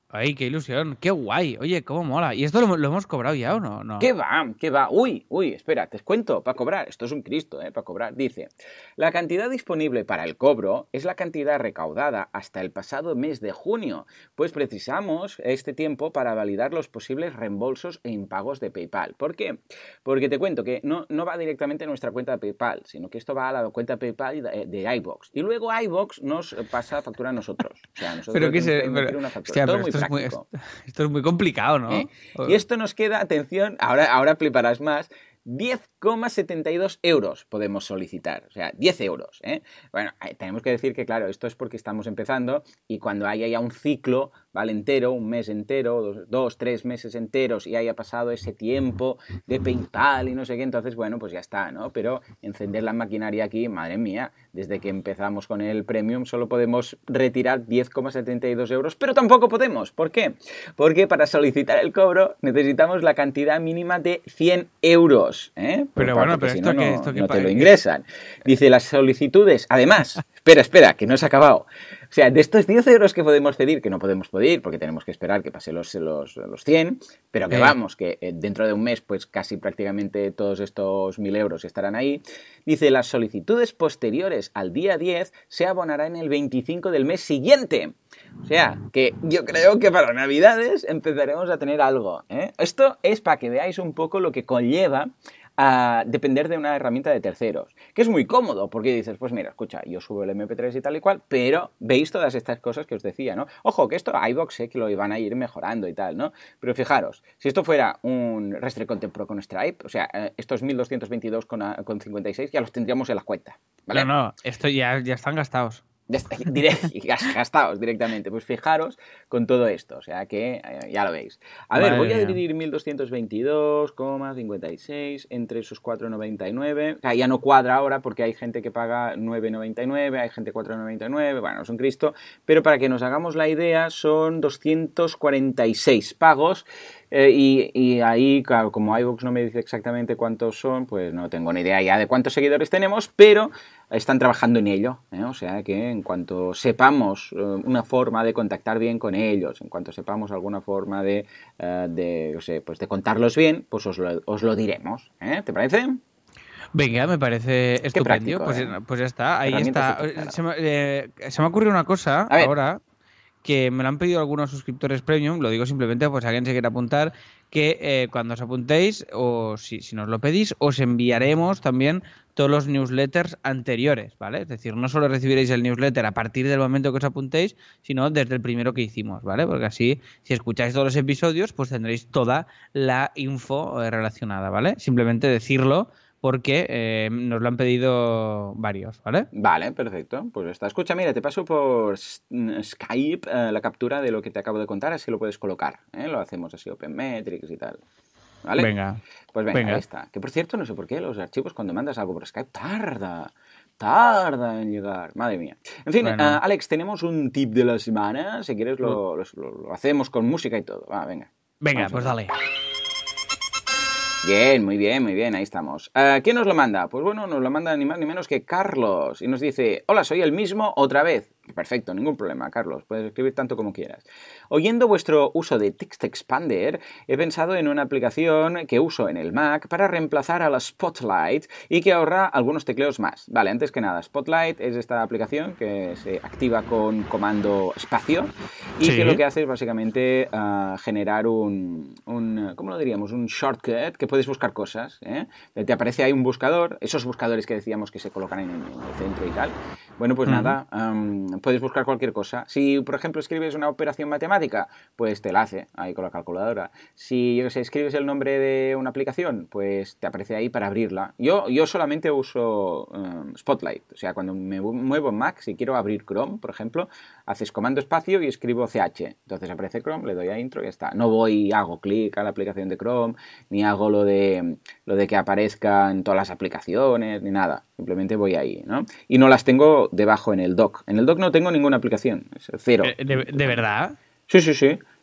S2: Ay, qué ilusión, qué guay. Oye, cómo mola. ¿Y esto lo, lo hemos cobrado ya o no? no?
S1: ¿Qué va? ¿Qué va? Uy, uy, espera, te cuento, para cobrar. Esto es un Cristo, ¿eh? Para cobrar. Dice, la cantidad disponible para el cobro es la cantidad recaudada hasta el pasado mes de junio, pues precisamos este tiempo para validar los posibles reembolsos e impagos de PayPal. ¿Por qué? Porque te cuento que no, no va directamente a nuestra cuenta de PayPal, sino que esto va a la cuenta PayPal de, de iVoox. Y luego iVoox nos pasa factura a nosotros. O sea, nosotros
S2: pero que se,
S1: que
S2: pero,
S1: una factura.
S2: Hostia,
S1: Todo
S2: pero
S1: muy
S2: esto, es muy,
S1: práctico.
S2: esto, esto es muy complicado, ¿no?
S1: ¿Eh? Y esto nos queda, atención, ahora, ahora fliparás más, diez coma setenta y dos euros podemos solicitar, o sea, diez euros, ¿eh? Bueno, tenemos que decir que, claro, esto es porque estamos empezando y cuando haya ya un ciclo, ¿vale? Entero, un mes entero, dos, dos, tres meses enteros y haya pasado ese tiempo de PayPal y no sé qué, entonces, bueno, pues ya está, ¿no? Pero encender la maquinaria aquí, madre mía, desde que empezamos con el Premium solo podemos retirar diez coma setenta y dos euros, pero tampoco podemos. ¿Por qué? Porque para solicitar el cobro necesitamos la cantidad mínima de cien euros, ¿eh?
S2: Pero
S1: Porque
S2: bueno, pero
S1: si
S2: esto
S1: no,
S2: que
S1: no,
S2: esto que
S1: no te lo ingresan. Dice, las solicitudes, además, espera, espera, que no se ha acabado. O sea, de estos diez euros que podemos pedir, que no podemos pedir porque tenemos que esperar que pase los, los, los cien, pero que eh. vamos, que dentro de un mes pues casi prácticamente todos estos mil euros estarán ahí. Dice, las solicitudes posteriores al día diez se abonarán el veinticinco del mes siguiente. O sea, que yo creo que para Navidades empezaremos a tener algo, ¿eh? Esto es para que veáis un poco lo que conlleva a depender de una herramienta de terceros, que es muy cómodo, porque dices, pues mira, escucha, yo subo el eme pe tres y tal y cual, pero veis todas estas cosas que os decía, ¿no? Ojo, que esto iVoox sé que lo iban a ir mejorando y tal, ¿no? Pero fijaros, si esto fuera un Restrict Content Pro con Stripe, o sea, estos mil doscientos veintidós con cincuenta y seis ya los tendríamos en la cuenta, ¿vale?
S2: No, no, esto ya, ya están gastados.
S1: Gastados directamente, pues fijaros con todo esto, o sea que eh, ya lo veis. A ver, Madre voy a dividir mil doscientos veintidós coma cincuenta y seis entre esos cuatro noventa y nueve, o sea, ya no cuadra ahora porque hay gente que paga nueve noventa y nueve, hay gente cuatro noventa y nueve, bueno, es un Cristo, pero para que nos hagamos la idea son doscientos cuarenta y seis pagos. Eh, y, y ahí, claro, como iVoox no me dice exactamente cuántos son, pues no tengo ni idea ya de cuántos seguidores tenemos, pero están trabajando en ello, ¿eh? O sea que en cuanto sepamos eh, una forma de contactar bien con ellos, en cuanto sepamos alguna forma de, eh, de, no sé, pues de contarlos bien, pues os lo, os lo diremos, ¿eh? ¿Te parece?
S2: Venga, me parece estupendo.
S1: Práctico,
S2: pues,
S1: ¿eh?
S2: pues ya está, ahí está. Se me, eh, se me ha ocurrido una cosa ahora, que me lo han pedido algunos suscriptores premium, lo digo simplemente pues si alguien se quiere apuntar, que eh, cuando os apuntéis o si, si nos lo pedís, os enviaremos también todos los newsletters anteriores, ¿vale? Es decir, no solo recibiréis el newsletter a partir del momento que os apuntéis, sino desde el primero que hicimos, ¿vale? Porque así, si escucháis todos los episodios, pues tendréis toda la info eh, relacionada, ¿vale? Simplemente decirlo porque eh, nos lo han pedido varios, ¿vale?
S1: Vale, perfecto. Pues está. Escucha, mira, te paso por Skype eh, la captura de lo que te acabo de contar, así lo puedes colocar, ¿eh? Lo hacemos así, OpenMetrics y tal. ¿Vale?
S2: Venga.
S1: Pues venga, venga, ahí está. Que por cierto, no sé por qué los archivos cuando mandas algo por Skype tarda, tarda en llegar. Madre mía. En fin, bueno. uh, Alex, tenemos un tip de la semana. Si quieres lo, lo, lo, lo hacemos con música y todo. Va, venga.
S2: Venga, Vamos pues dale.
S1: Bien, muy bien, muy bien, ahí estamos. Uh, ¿Quién nos lo manda? Pues bueno, nos lo manda ni más ni menos que Carlos. Y nos dice, hola, soy el mismo otra vez. Perfecto, ningún problema, Carlos. Puedes escribir tanto como quieras. Oyendo vuestro uso de Text Expander, he pensado en una aplicación que uso en el Mac para reemplazar a la Spotlight y que ahorra algunos tecleos más. Vale, antes que nada, Spotlight es esta aplicación que se activa con comando espacio y sí. que lo que hace es básicamente uh, generar un, un, ¿cómo lo diríamos? Un shortcut que puedes buscar cosas, ¿eh? Te aparece ahí un buscador, esos buscadores que decíamos que se colocan en el centro y tal. Bueno, pues uh-huh. nada, um, puedes buscar cualquier cosa. Si, por ejemplo, escribes una operación matemática, pues te la hace ahí con la calculadora. Si, yo qué sé, escribes el nombre de una aplicación, pues te aparece ahí para abrirla. Yo, yo solamente uso um, Spotlight. O sea, cuando me muevo en Mac, si quiero abrir Chrome, por ejemplo, haces comando espacio y escribo C H. Entonces aparece Chrome, le doy a intro y ya está. No voy y hago clic a la aplicación de Chrome, ni hago lo de, lo de que aparezca en todas las aplicaciones, ni nada. Simplemente voy ahí, ¿no? Y no las tengo debajo en el dock. En el dock no tengo ninguna aplicación. Es cero.
S2: ¿De, de verdad?
S1: Sí, sí, sí.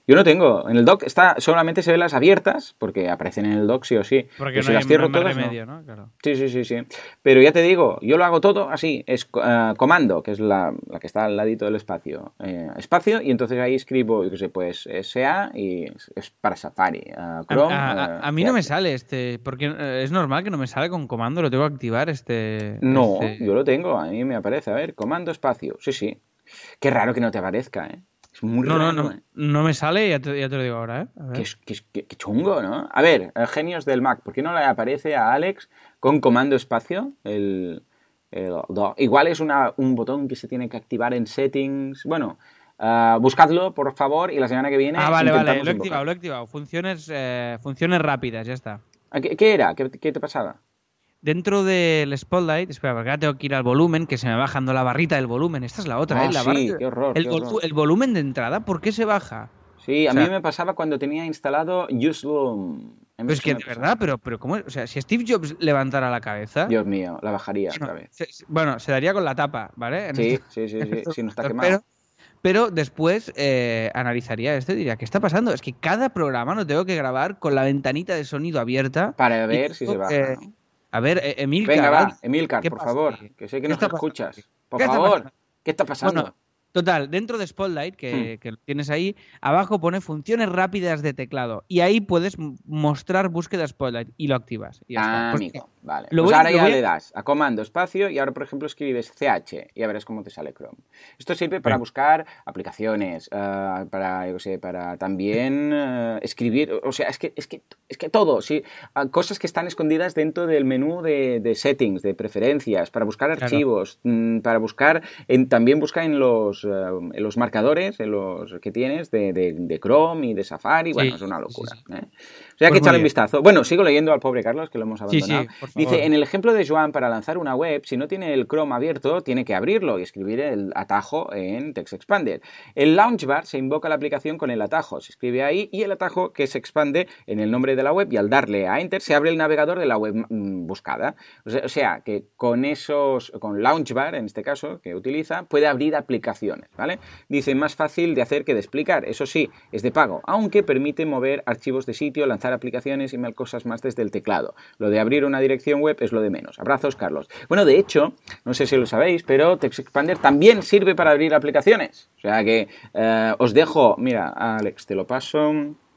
S1: Yo no tengo. En el dock está, solamente se ven las abiertas, porque aparecen en el dock sí o sí.
S2: Porque
S1: si
S2: no
S1: las
S2: hay
S1: cierro
S2: más
S1: todas,
S2: remedio,
S1: no.
S2: ¿no? Claro.
S1: Sí, sí, sí, sí. Pero ya te digo, yo lo hago todo así. Es uh, comando, que es la, la que está al ladito del espacio. Eh, espacio, y entonces ahí escribo, yo qué sé, pues S A y es para Safari. Uh, Chrome.
S2: A, a, a, a mí
S1: uh,
S2: no me sale este, porque eh, es normal que no me sale con comando, lo tengo que activar este...
S1: No,
S2: este...
S1: yo lo tengo, a mí me aparece. A ver, comando espacio. Sí, sí. Qué raro que no te aparezca, ¿eh? Es muy
S2: No,
S1: raro,
S2: no, no,
S1: ¿eh?
S2: no me sale, ya te, ya te lo digo ahora, ¿eh? A ver.
S1: Qué, qué, qué, qué chungo, ¿no? A ver, eh, genios del Mac, ¿por qué no le aparece a Alex con comando espacio? El, el, do- igual es una, un botón que se tiene que activar en settings. Bueno, uh, buscadlo, por favor, y la semana que viene
S2: Ah, vale, vale,
S1: intentamos
S2: lo he
S1: invocar.
S2: activado, lo he activado. Funciones, eh, funciones rápidas, ya está.
S1: ¿Qué, qué era? ¿Qué, ¿Qué te pasaba?
S2: Dentro del Spotlight, espera, porque ahora tengo que ir al volumen, que se me va bajando la barrita del volumen. Esta es la otra,
S1: Ah,
S2: ¿eh? La
S1: sí,
S2: barra,
S1: qué horror,
S2: el,
S1: qué
S2: vol-
S1: horror.
S2: el volumen de entrada, ¿por qué se baja?
S1: Sí,
S2: O
S1: a
S2: sea,
S1: mí me pasaba cuando tenía instalado UseLoom. A mí
S2: pues
S1: eso
S2: que
S1: me
S2: de
S1: pasaba.
S2: verdad, pero, pero ¿cómo? O sea, si Steve Jobs levantara la cabeza,
S1: Dios mío, la bajaría
S2: bueno,
S1: otra vez.
S2: se, bueno, se daría con la tapa, ¿vale? En
S1: Sí,
S2: esto-
S1: sí, sí,
S2: en
S1: sí,
S2: estos
S1: sí, no está
S2: momentos,
S1: quemado.
S2: pero, pero después eh, analizaría esto y diría, ¿qué está pasando? Es que cada programa lo tengo que grabar con la ventanita de sonido abierta
S1: Para
S2: y
S1: ver si se
S2: tengo,
S1: baja,
S2: eh,
S1: ¿no?
S2: a ver, eh,
S1: Venga,
S2: Emilcar,
S1: va,
S2: ¿alguien?
S1: Emilcar,
S2: ¿Qué
S1: por
S2: pasa
S1: favor,
S2: aquí?
S1: que sé que
S2: ¿Qué
S1: nos
S2: está pasando aquí?
S1: escuchas. Por
S2: ¿Qué está pasando?
S1: favor, ¿qué está pasando?
S2: Bueno, total, dentro de Spotlight,
S1: Hmm.
S2: que, que lo tienes ahí, abajo pone funciones rápidas de teclado. Y ahí puedes m- mostrar búsqueda Spotlight y lo activas. Y ya está.
S1: Ah,
S2: Pues,
S1: amigo, vale.
S2: lo
S1: Pues
S2: voy,
S1: ahora
S2: lo
S1: ya
S2: voy
S1: le
S2: a...
S1: das a comando espacio y ahora, por ejemplo, escribes C H y ya verás cómo te sale Chrome. Esto sirve para
S2: Venga.
S1: buscar aplicaciones, eh, para, yo qué sé, para también eh, escribir, o sea, es que, es que, es que todo, sí, ah, cosas que están escondidas dentro del menú de, de settings, de preferencias, para buscar
S2: Claro.
S1: archivos, mm, para buscar, en, también busca en los, eh, en los marcadores, en los que tienes de, de, de Chrome y de Safari,
S2: Sí,
S1: bueno, es una
S2: sí,
S1: locura.
S2: sí, sí.
S1: ¿eh? O sea,
S2: Pues
S1: que
S2: muy
S1: echarle un
S2: bien.
S1: vistazo. Bueno, sigo leyendo al pobre Carlos, que lo hemos
S2: Sí,
S1: abandonado.
S2: sí, por favor.
S1: Dice, en el ejemplo de Joan, para lanzar una web, si no tiene el Chrome abierto, tiene que abrirlo y escribir el atajo en TextExpander. El Launchbar se invoca la aplicación con el atajo, se escribe ahí y el atajo que se expande en el nombre de la web y al darle a Enter se abre el navegador de la web mmm, buscada. O sea, o sea, que con esos, con Launchbar, en este caso, que utiliza, puede abrir aplicaciones, ¿vale? Dice, más fácil de hacer que de explicar. Eso sí, es de pago, aunque permite mover archivos de sitio, lanzar aplicaciones y mil cosas más desde el teclado. Lo de abrir una dirección web es lo de menos. Abrazos, Carlos. Bueno, de hecho, no sé si lo sabéis, pero TextExpander también sirve para abrir aplicaciones. O sea que eh, os dejo, mira, Alex, te lo paso,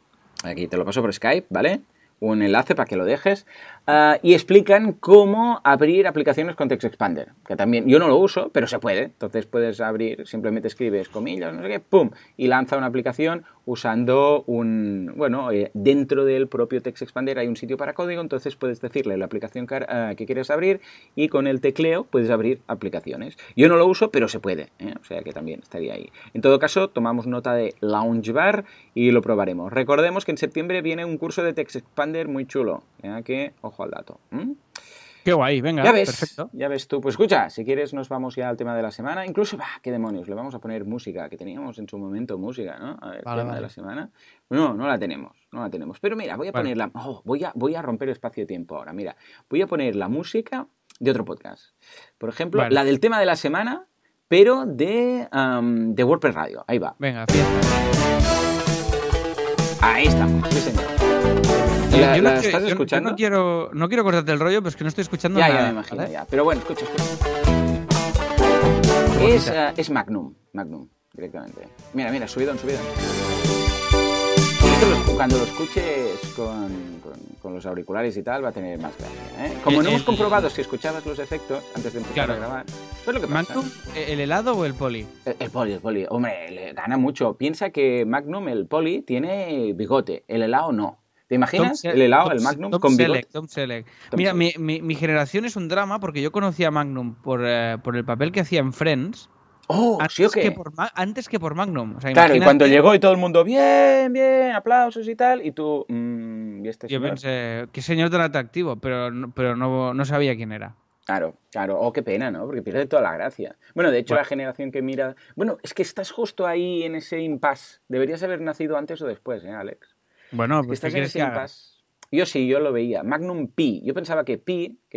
S1: aquí te lo paso por Skype, ¿vale? Un enlace para que lo dejes, uh, y explican cómo abrir aplicaciones con TextExpander, que también yo no lo uso, pero se puede. Entonces puedes abrir, simplemente escribes comillas, no sé qué, pum, y lanza una aplicación usando un, bueno, eh, dentro del propio TextExpander hay un sitio para código, entonces puedes decirle la aplicación que, uh, que quieres abrir y con el tecleo puedes abrir aplicaciones. Yo no lo uso, pero se puede, ¿eh? O sea que también estaría ahí. En todo caso, tomamos nota de Launchbar y lo probaremos. Recordemos que en septiembre viene un curso de TextExpander muy chulo, ya que, ojo al dato. ¿Mm?
S2: Qué guay, venga,
S1: ya ves,
S2: perfecto.
S1: Ya ves tú. Pues escucha, si quieres nos vamos ya al tema de la semana. Incluso, bah, qué demonios, le vamos a poner música, que teníamos en su momento música, ¿no? A ver,
S2: Vale,
S1: tema
S2: vale.
S1: de la semana. No, no la tenemos, no la tenemos. Pero mira, voy a
S2: Bueno.
S1: ponerla, oh, voy a, voy a romper espacio-tiempo ahora. Mira, voy a poner la música de otro podcast. Por ejemplo,
S2: Vale.
S1: la del tema de la semana, pero de, um, de WordPress Radio. Ahí va.
S2: Venga, fiesta.
S1: Ahí estamos, sí señor.
S2: Yo-
S1: ¿La,
S2: yo no
S1: la
S2: estoy-
S1: estás
S2: yo-
S1: escuchando?
S2: Yo no quiero, no quiero cortarte el rollo, pero es que no estoy escuchando
S1: Ya,
S2: nada.
S1: ya me imagino,
S2: ¿vale?
S1: ya. Pero bueno, escucha, escucha. Es, uh, es Magnum, Magnum, directamente. Mira, mira, subidón, subidón. Esto lo- cuando lo escuches con, con, con los auriculares y tal, va a tener más gracia, ¿eh? Como
S2: El-
S1: no hemos
S2: el-
S1: comprobado si escuchabas los efectos antes de empezar
S2: Claro.
S1: a grabar, pues lo que pasa.
S2: ¿Magnum, el helado o el poli?
S1: El, el poli, el poli. Hombre, le gana mucho. Piensa que Magnum, el poli, tiene bigote. El helado no. ¿Te imaginas?
S2: Tom Se-
S1: El helado,
S2: Tom-
S1: el Magnum
S2: Tom
S1: con bigote.
S2: Selleck, Tom Selleck.
S1: Tom
S2: Mira, mi,
S1: Selleck.
S2: mi, mi generación es un drama porque yo conocí a Magnum por, eh, por el papel que hacía en Friends
S1: Oh,
S2: antes,
S1: ¿sí o qué?
S2: que por, Ma- antes que por Magnum. O sea,
S1: Claro, y
S2: imagínate-
S1: cuando llegó y todo el mundo, bien, bien, aplausos y tal, y tú, mmm, ¿y este
S2: Yo
S1: señor?
S2: pensé, qué señor tan atractivo, pero, no- pero no, no sabía quién era.
S1: Claro, claro, oh, qué pena, ¿no? Porque pierde toda la gracia. Bueno, de hecho,
S2: Bueno.
S1: la generación que mira... Bueno, es que estás justo ahí en ese impasse. Deberías haber nacido antes o después, ¿eh, Alex?
S2: Bueno,
S1: Es que
S2: pues ¿qué
S1: estás en
S2: quieres
S1: ese
S2: que haga?
S1: impasse. Yo sí, yo lo veía. Magnum Pi. Yo pensaba que Pi, que es de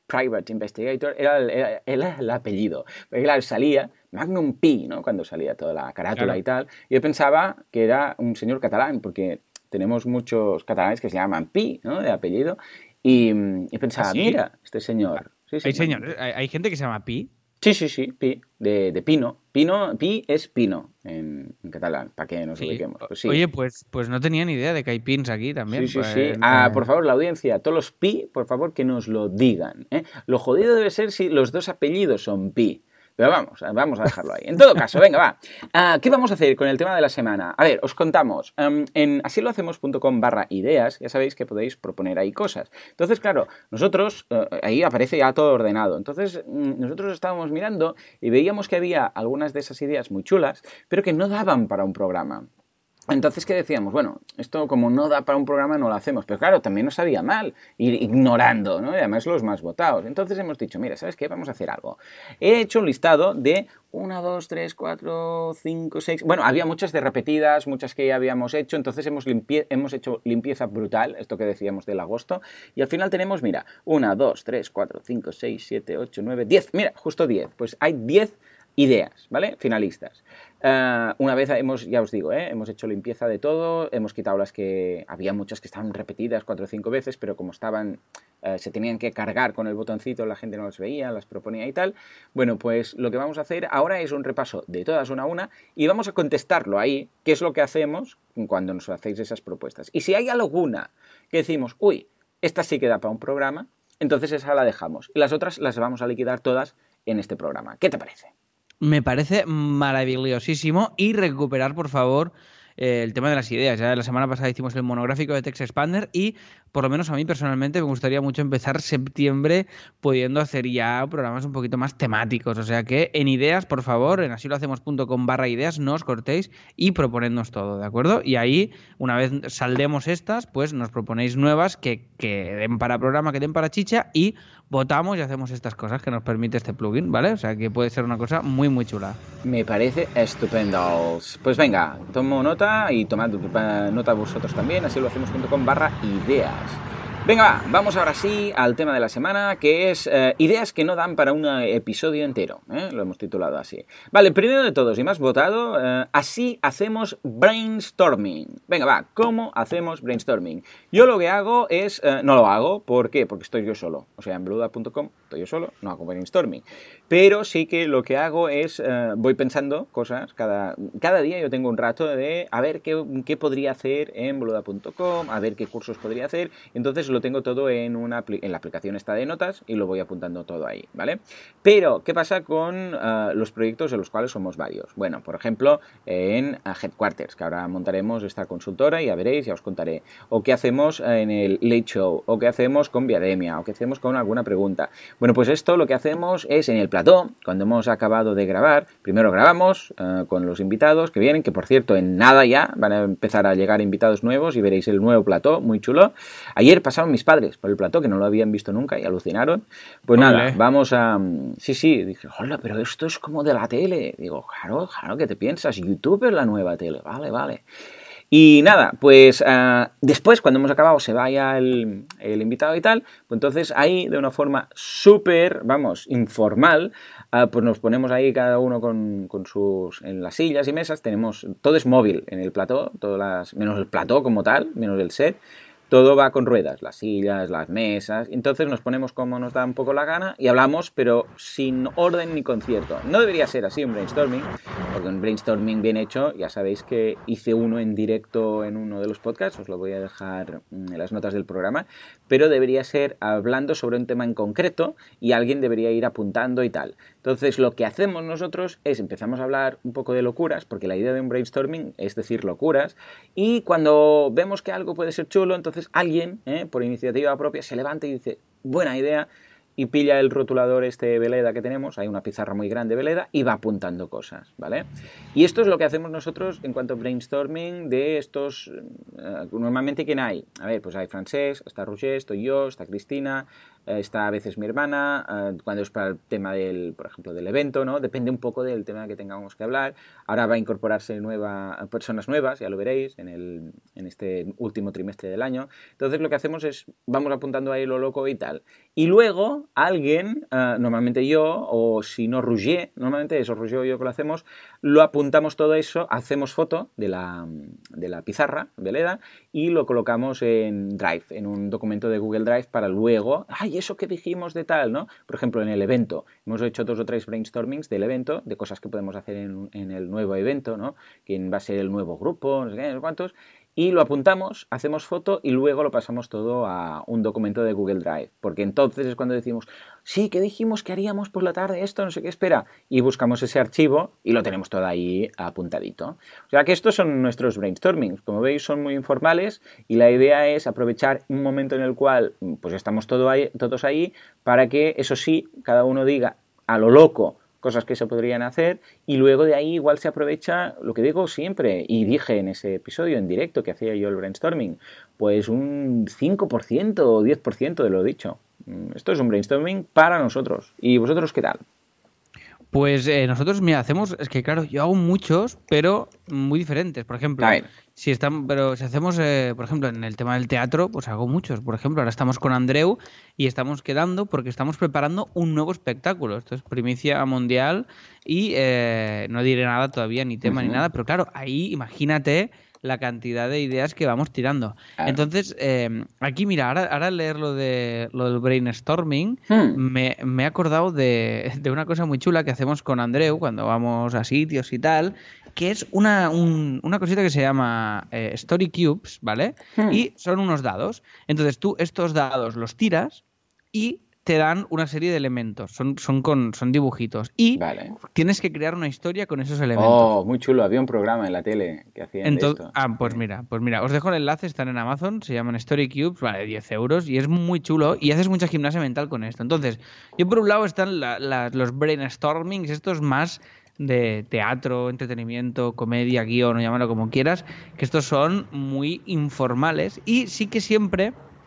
S1: Private Investigator era el, era, era el apellido. Porque claro, salía Magnum Pi, ¿no? Cuando salía toda la carátula claro. y tal. Y yo pensaba que era un señor catalán, porque tenemos muchos catalanes que se llaman Pi, ¿no? De apellido. Y, y pensaba, ¿Ah, sí? mira, este señor.
S2: Sí, sí, hay, señor, hay, hay gente que se llama Pi.
S1: Sí, sí, sí, Pi, de, de pino. Pino. Pi es pino en, en catalán, para que nos sí. ubiquemos. Pues sí.
S2: Oye, pues, pues no tenía ni idea de que hay pins aquí también.
S1: Sí, sí,
S2: pues,
S1: sí. Ah, por favor, la audiencia, todos los Pi, por favor, que nos lo digan. ¿eh? Lo jodido debe ser si los dos apellidos son Pi. Pero vamos, vamos a dejarlo ahí. En todo caso, venga, va. Uh, ¿Qué vamos a hacer con el tema de la semana? A ver, os contamos. Um, en asilohacemos.com barra ideas, ya sabéis que podéis proponer ahí cosas. Entonces, claro, nosotros, uh, ahí aparece ya todo ordenado. Entonces, um, nosotros estábamos mirando y veíamos que había algunas de esas ideas muy chulas, pero que no daban para un programa. Entonces, ¿qué decíamos? Bueno, esto como no da para un programa no lo hacemos. Pero claro, también nos sabía mal ir ignorando, ¿no? Y además los más votados. Entonces hemos dicho, mira, ¿sabes qué? Vamos a hacer algo. He hecho un listado de una, dos, tres, cuatro, cinco, seis... Bueno, había muchas de repetidas, muchas que ya habíamos hecho. Entonces hemos, limpie... hemos hecho limpieza brutal, esto que decíamos del agosto. Y al final tenemos, mira, una, dos, tres, cuatro, cinco, seis, siete, ocho, nueve, diez. Mira, justo diez. Pues hay diez ideas, ¿vale? Finalistas. Uh, una vez hemos, ya os digo, ¿eh? hemos hecho limpieza de todo, hemos quitado las que, había muchas que estaban repetidas cuatro o cinco veces, pero como estaban, uh, se tenían que cargar con el botoncito, la gente no las veía, las proponía y tal. Bueno, pues lo que vamos a hacer ahora es un repaso de todas una a una y vamos a contestarlo ahí, qué es lo que hacemos cuando nos hacéis esas propuestas. Y si hay alguna que decimos, uy, esta sí que da para un programa, entonces esa la dejamos. Y las otras las vamos a liquidar todas en este programa. ¿Qué te parece?
S2: Me parece maravillosísimo y recuperar, por favor, eh, el tema de las ideas. Ya la semana pasada hicimos el monográfico de Text Expander y, por lo menos a mí personalmente, me gustaría mucho empezar septiembre pudiendo hacer ya programas un poquito más temáticos. O sea que en ideas, por favor, en asilohacemos.com barra ideas, no os cortéis y proponednos todo, ¿de acuerdo? Y ahí, una vez saldemos estas, pues nos proponéis nuevas que, que den para programa, que den para chicha y votamos y hacemos estas cosas que nos permite este plugin, ¿vale? O sea que puede ser una cosa muy, muy chula.
S1: Me parece estupendo. Pues venga, tomo nota y tomad nota vosotros también, asilohacemos.com barra ideas. Venga, va, vamos ahora sí al tema de la semana, que es eh, ideas que no dan para un episodio entero, ¿eh? Lo hemos titulado así. Vale, primero de todos y más votado, eh, así hacemos brainstorming. Venga, va, ¿cómo hacemos brainstorming? Yo lo que hago es, eh, no lo hago, ¿por qué? Porque estoy yo solo, o sea, en boluda punto com estoy yo solo, no hago brainstorming. Pero sí que lo que hago es, eh, voy pensando cosas, cada, cada día yo tengo un rato de a ver qué, qué podría hacer en boluda punto com, a ver qué cursos podría hacer, entonces lo tengo todo en, una, en la aplicación esta de notas y lo voy apuntando todo ahí, ¿vale? Pero, ¿qué pasa con uh, los proyectos de los cuales somos varios? Bueno, por ejemplo, en uh, Headquarters, que ahora montaremos esta consultora y ya veréis, ya os contaré. O qué hacemos en el Late Show, o qué hacemos con Viademia, o qué hacemos con alguna pregunta. Bueno, pues esto lo que hacemos es en el plató, cuando hemos acabado de grabar, primero grabamos uh, con los invitados que vienen, que por cierto, en nada ya van a empezar a llegar invitados nuevos y veréis el nuevo plató, muy chulo. Ayer pasamos mis padres por el plató, que no lo habían visto nunca y alucinaron. Pues Olé. Nada, vamos a... Sí, sí, dije, hola, pero esto es como de la tele. Digo, claro, claro, ¿qué te piensas? YouTube es la nueva tele. Vale, vale. Y nada, pues uh, después, cuando hemos acabado, se vaya el, el invitado y tal, pues entonces ahí, de una forma súper, vamos, informal, uh, pues nos ponemos ahí cada uno con, con sus... en las sillas y mesas, tenemos... Todo es móvil en el plató, todas las, menos el plató como tal, menos el set. Todo va con ruedas, las sillas, las mesas. Entonces nos ponemos como nos da un poco la gana y hablamos, pero sin orden ni concierto. No debería ser así un brainstorming, porque un brainstorming bien hecho, ya sabéis que hice uno en directo en uno de los podcasts, os lo voy a dejar en las notas del programa, pero debería ser hablando sobre un tema en concreto y alguien debería ir apuntando y tal. Entonces lo que hacemos nosotros es empezamos a hablar un poco de locuras, porque la idea de un brainstorming es decir locuras, y cuando vemos que algo puede ser chulo, entonces alguien, eh, por iniciativa propia, se levanta y dice, buena idea, y pilla el rotulador este Veleda que tenemos, hay una pizarra muy grande Veleda, y va apuntando cosas, ¿vale? Y esto es lo que hacemos nosotros en cuanto a brainstorming de estos... Uh, normalmente, ¿quién hay? A ver, pues hay Francesc, está Roger, estoy yo, está Cristina, uh, está a veces mi hermana, uh, cuando es para el tema del, por ejemplo, del evento, ¿no? Depende un poco del tema que tengamos que hablar. Ahora va a incorporarse nueva, personas nuevas, ya lo veréis, en, el, en este último trimestre del año. Entonces, lo que hacemos es, vamos apuntando ahí lo loco y tal. Y luego... luego alguien, uh, normalmente yo, o si no Roger, normalmente eso, Roger o yo que lo hacemos, lo apuntamos todo eso, hacemos foto de la, de la pizarra de Leda y lo colocamos en Drive, en un documento de Google Drive para luego, ay, eso que dijimos de tal, ¿no? Por ejemplo, en el evento, hemos hecho dos o tres brainstormings del evento, de cosas que podemos hacer en, en el nuevo evento, ¿no? Quién va a ser el nuevo grupo, no sé qué, no sé cuántos, y lo apuntamos, hacemos foto y luego lo pasamos todo a un documento de Google Drive, porque entonces es cuando decimos, sí, que dijimos que haríamos por la tarde esto, no sé qué, espera, y buscamos ese archivo y lo tenemos todo ahí apuntadito. O sea que estos son nuestros brainstormings, como veis son muy informales y la idea es aprovechar un momento en el cual pues estamos todo ahí, todos ahí para que, eso sí, cada uno diga a lo loco cosas que se podrían hacer y luego de ahí igual se aprovecha lo que digo siempre y dije en ese episodio en directo que hacía yo el brainstorming, pues un cinco por ciento o diez por ciento de lo dicho. Esto es un brainstorming para nosotros. ¿Y vosotros qué tal?
S2: Pues eh, nosotros, mira, hacemos, es que claro, yo hago muchos, pero muy diferentes. Por ejemplo, si están, pero si hacemos, eh, por ejemplo, en el tema del teatro, pues hago muchos. Por ejemplo, ahora estamos con Andreu y estamos quedando porque estamos preparando un nuevo espectáculo. Esto es primicia mundial y eh, no diré nada todavía, ni tema uh-huh. ni nada, pero claro, ahí imagínate la cantidad de ideas que vamos tirando. Claro. Entonces, eh, aquí mira, ahora, ahora al leer lo, de, lo del brainstorming, hmm. me, me he acordado de, de una cosa muy chula que hacemos con Andreu cuando vamos a sitios y tal, que es una, un, una cosita que se llama eh, Story Cubes, ¿vale? Hmm. Y son unos dados. Entonces tú estos dados los tiras y te dan una serie de elementos, son, son, con, son dibujitos y vale. tienes que crear una historia con esos elementos.
S1: Oh, muy chulo, había un programa en la tele que hacían
S2: Entonces,
S1: de esto.
S2: Ah, pues mira, pues mira, os dejo el enlace, están en Amazon, se llaman Story Cubes, vale, diez euros y es muy chulo y haces mucha gimnasia mental con esto. Entonces, yo por un lado están la, la, los brainstormings, estos más de teatro, entretenimiento, comedia, guión, o llámalo como quieras, que estos son muy informales y sí que siempre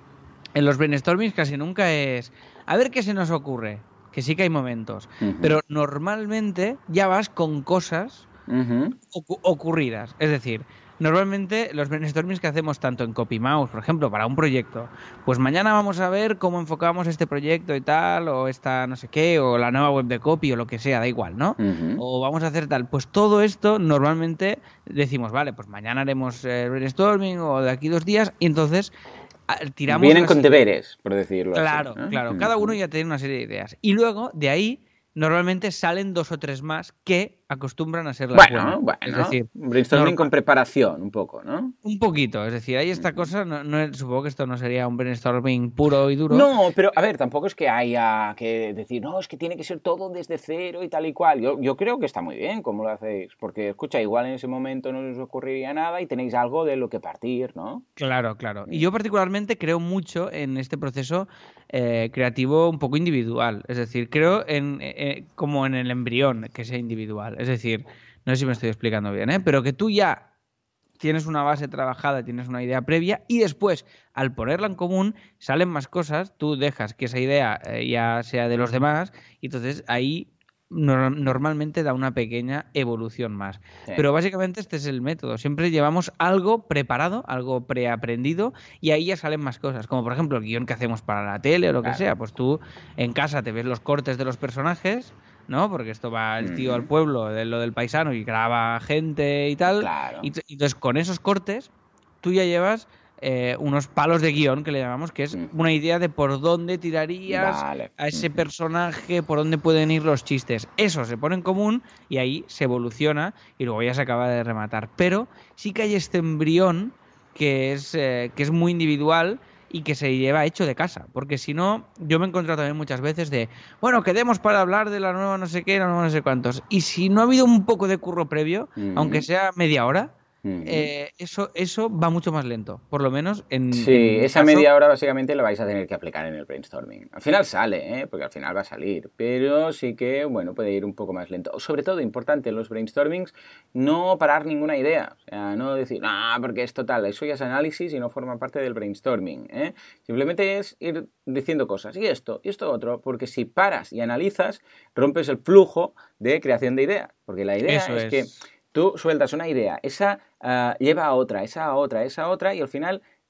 S2: en los brainstormings casi nunca es a ver qué se nos ocurre, que sí que hay momentos, uh-huh. pero normalmente ya vas con cosas uh-huh. ocu- ocurridas, es decir, normalmente los brainstormings que hacemos tanto en CopyMouse, por ejemplo, para un proyecto, pues mañana vamos a ver cómo enfocamos este proyecto y tal, o esta no sé qué, o la nueva web de Copy, o lo que sea, da igual, ¿no? Uh-huh. O vamos a hacer tal, pues todo esto normalmente decimos, vale, pues mañana haremos eh, brainstorming, o de aquí dos días, y entonces tiramos
S1: vienen con deberes, por decirlo
S2: claro,
S1: así, ¿no?
S2: Claro,
S1: mm.
S2: cada uno ya tiene una serie de ideas. Y luego, de ahí, normalmente salen dos o tres más que acostumbran a ser las
S1: bueno,
S2: buenas.
S1: Bueno,
S2: es decir,
S1: brainstorming normal, con preparación, un poco, ¿no?
S2: Un poquito, es decir, hay esta mm. cosa, no, no, supongo que esto no sería un brainstorming puro y duro.
S1: No, pero a ver, tampoco es que haya que decir, no, es que tiene que ser todo desde cero y tal y cual. Yo, yo creo que está muy bien cómo lo hacéis, porque, escucha, igual en ese momento no os ocurriría nada y tenéis algo de lo que partir, ¿no?
S2: Claro, claro. Y yo particularmente creo mucho en este proceso eh, creativo un poco individual, es decir, creo en eh, como en el embrión que sea individual, es decir, no sé si me estoy explicando bien, ¿eh? Pero que tú ya tienes una base trabajada, tienes una idea previa y después, al ponerla en común, salen más cosas, tú dejas que esa idea eh, ya sea de los demás y entonces ahí no, normalmente da una pequeña evolución más. Sí. Pero básicamente este es el método. Siempre llevamos algo preparado, algo preaprendido y ahí ya salen más cosas. Como por ejemplo el guión que hacemos para la tele o lo claro. que sea. Pues tú en casa te ves los cortes de los personajes, ¿no? Porque esto va el tío mm. al pueblo de lo del paisano y graba gente y tal.
S1: Claro.
S2: Y, y entonces con esos cortes tú ya llevas eh, unos palos de guión que le llamamos, que es mm. una idea de por dónde tirarías
S1: vale.
S2: a ese
S1: mm.
S2: personaje, por dónde pueden ir los chistes. Eso se pone en común y ahí se evoluciona y luego ya se acaba de rematar. Pero sí que hay este embrión que es, eh, que es muy individual y que se lleva hecho de casa, porque si no, yo me he encontrado también muchas veces de, bueno, quedemos para hablar de la nueva no sé qué, la nueva no sé cuántos, y si no ha habido un poco de curro previo, mm. aunque sea media hora, mm. eh, eso, eso va mucho más lento, por lo menos en...
S1: Sí,
S2: en
S1: esa
S2: caso...
S1: media hora básicamente la vais a tener que aplicar en el brainstorming. Al final sale, ¿eh? Porque al final va a salir, pero sí que, bueno, puede ir un poco más lento. Sobre todo, importante en los brainstormings, no parar ninguna idea, o sea, no decir, ah, porque es total, eso ya es análisis y no forma parte del brainstorming, ¿eh? Simplemente es ir diciendo cosas, y esto, y esto otro, porque si paras y analizas, rompes el flujo de creación de ideas, porque la idea
S2: eso
S1: es,
S2: es
S1: que tú sueltas una idea, esa uh, lleva a otra, esa a otra, esa a otra, y al final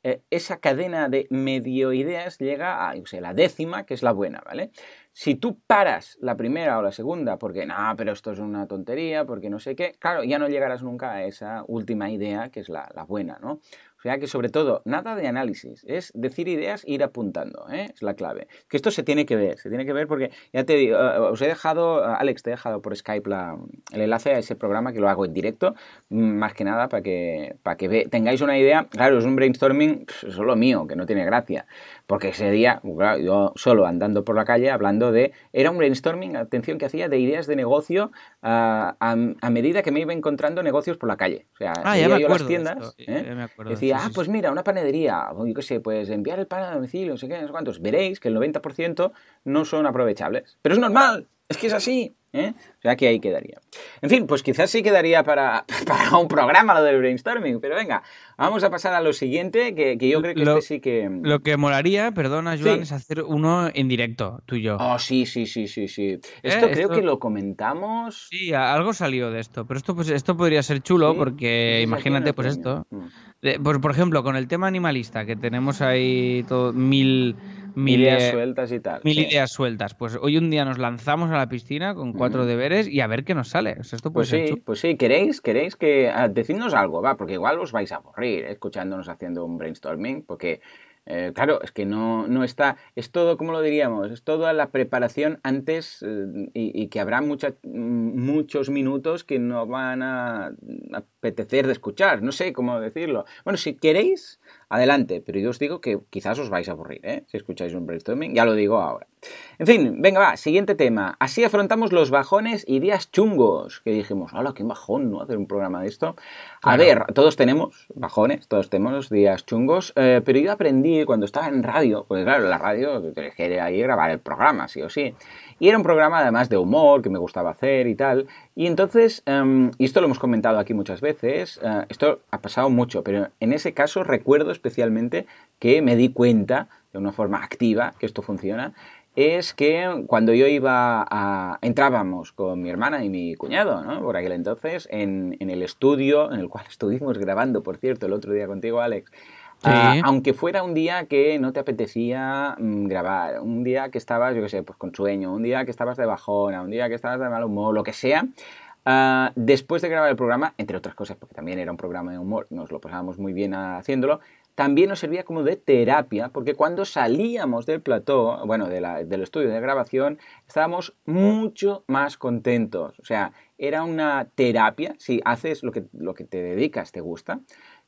S1: eh, esa cadena de medio ideas llega a, yo sé, la décima, que es la buena, ¿vale? Si tú paras la primera o la segunda porque, no, pero esto es una tontería, porque no sé qué, claro, ya no llegarás nunca a esa última idea, que es la, la buena, ¿no? O sea que, sobre todo, nada de análisis, es decir ideas e ir apuntando, ¿eh? Es la clave. Que esto se tiene que ver, se tiene que ver porque, ya te digo, uh, os he dejado, uh, Alex, te he dejado por Skype la, el enlace a ese programa que lo hago en directo, más que nada para que, para que ve, tengáis una idea. Claro, es un brainstorming solo mío, que no tiene gracia, porque ese día, claro, yo solo andando por la calle hablando de, era un brainstorming, atención, que hacía de ideas de negocio uh, a, a medida que me iba encontrando negocios por la calle. O sea,
S2: ah, ya me
S1: yo
S2: acuerdo
S1: las tiendas,
S2: de
S1: ¿eh?
S2: ya me acuerdo.
S1: Decía,
S2: Sí,
S1: ah,
S2: sí,
S1: pues
S2: sí.
S1: mira, una panadería, yo qué sé, pues enviar el pan a domicilio, no sé qué, no sé cuántos. Veréis que el noventa por ciento no son aprovechables. Pero es normal, es que es así, ¿eh? O sea que ahí quedaría. En fin, pues quizás sí quedaría para, para un programa lo del brainstorming, pero venga, vamos a pasar a lo siguiente, que, que yo creo que
S2: Lo,
S1: este sí que...
S2: lo que molaría, perdona, Joan,
S1: Sí.
S2: es hacer uno en directo, tú y yo.
S1: Oh, sí, sí, sí, sí, sí.
S2: ¿Eh?
S1: Esto creo
S2: Esto-
S1: que lo comentamos...
S2: Sí, a- algo salió de esto, pero esto pues esto podría ser chulo
S1: Sí, no
S2: porque
S1: sé si aquí en
S2: imagínate pues
S1: Otoño.
S2: esto,
S1: Mm.
S2: de- pues por ejemplo con el tema animalista que tenemos ahí todo, mil mil,
S1: Ideas
S2: eh,
S1: sueltas y tal,
S2: mil
S1: sí.
S2: ideas sueltas, pues hoy un día nos lanzamos a la piscina con cuatro
S1: Ujú.
S2: deberes y a ver qué nos sale. O sea, esto puede
S1: Pues
S2: ser
S1: sí,
S2: chulo.
S1: pues sí, ¿queréis? ¿Queréis que... ah, decidnos algo, va? Porque igual os vais a aburrir, ¿eh? Escuchándonos haciendo un brainstorming, porque, eh, claro, es que no, no está... Es todo, ¿cómo lo diríamos? Es toda la preparación antes eh, y, y que habrá mucha, muchos minutos que no van a apetecer de escuchar, no sé cómo decirlo. Bueno, si queréis, adelante, pero yo os digo que quizás os vais a aburrir, ¿eh? Si escucháis un brainstorming, ya lo digo ahora. En fin, venga, va, siguiente tema. Así afrontamos los bajones y días chungos. Que dijimos, hola, qué bajón, ¿no? Hacer un programa de esto. A
S2: Claro.
S1: ver, todos tenemos bajones, todos tenemos días chungos, eh, pero yo aprendí cuando estaba en radio, pues claro, la radio tienes que ir ahí grabar el programa, sí o sí. Y era un programa además de humor que me gustaba hacer y tal. Y entonces, um, y esto lo hemos comentado aquí muchas veces, uh, esto ha pasado mucho, pero en ese caso recuerdo especialmente que me di cuenta de una forma activa que esto funciona. Es que cuando yo iba a... entrábamos con mi hermana y mi cuñado, ¿no? Por aquel entonces, en, en el estudio, en el cual estuvimos grabando, por cierto, el otro día contigo, Alex.
S2: Sí.
S1: Uh, aunque fuera un día que no te apetecía mmm, grabar, un día que estabas, yo qué sé, pues con sueño, un día que estabas de bajona, un día que estabas de mal humor, lo que sea, uh, después de grabar el programa, entre otras cosas, porque también era un programa de humor, nos lo pasábamos muy bien haciéndolo, también nos servía como de terapia, porque cuando salíamos del plató, bueno, de la, del estudio de grabación, estábamos mucho más contentos. O sea, era una terapia, si haces lo que, lo que te dedicas, te gusta,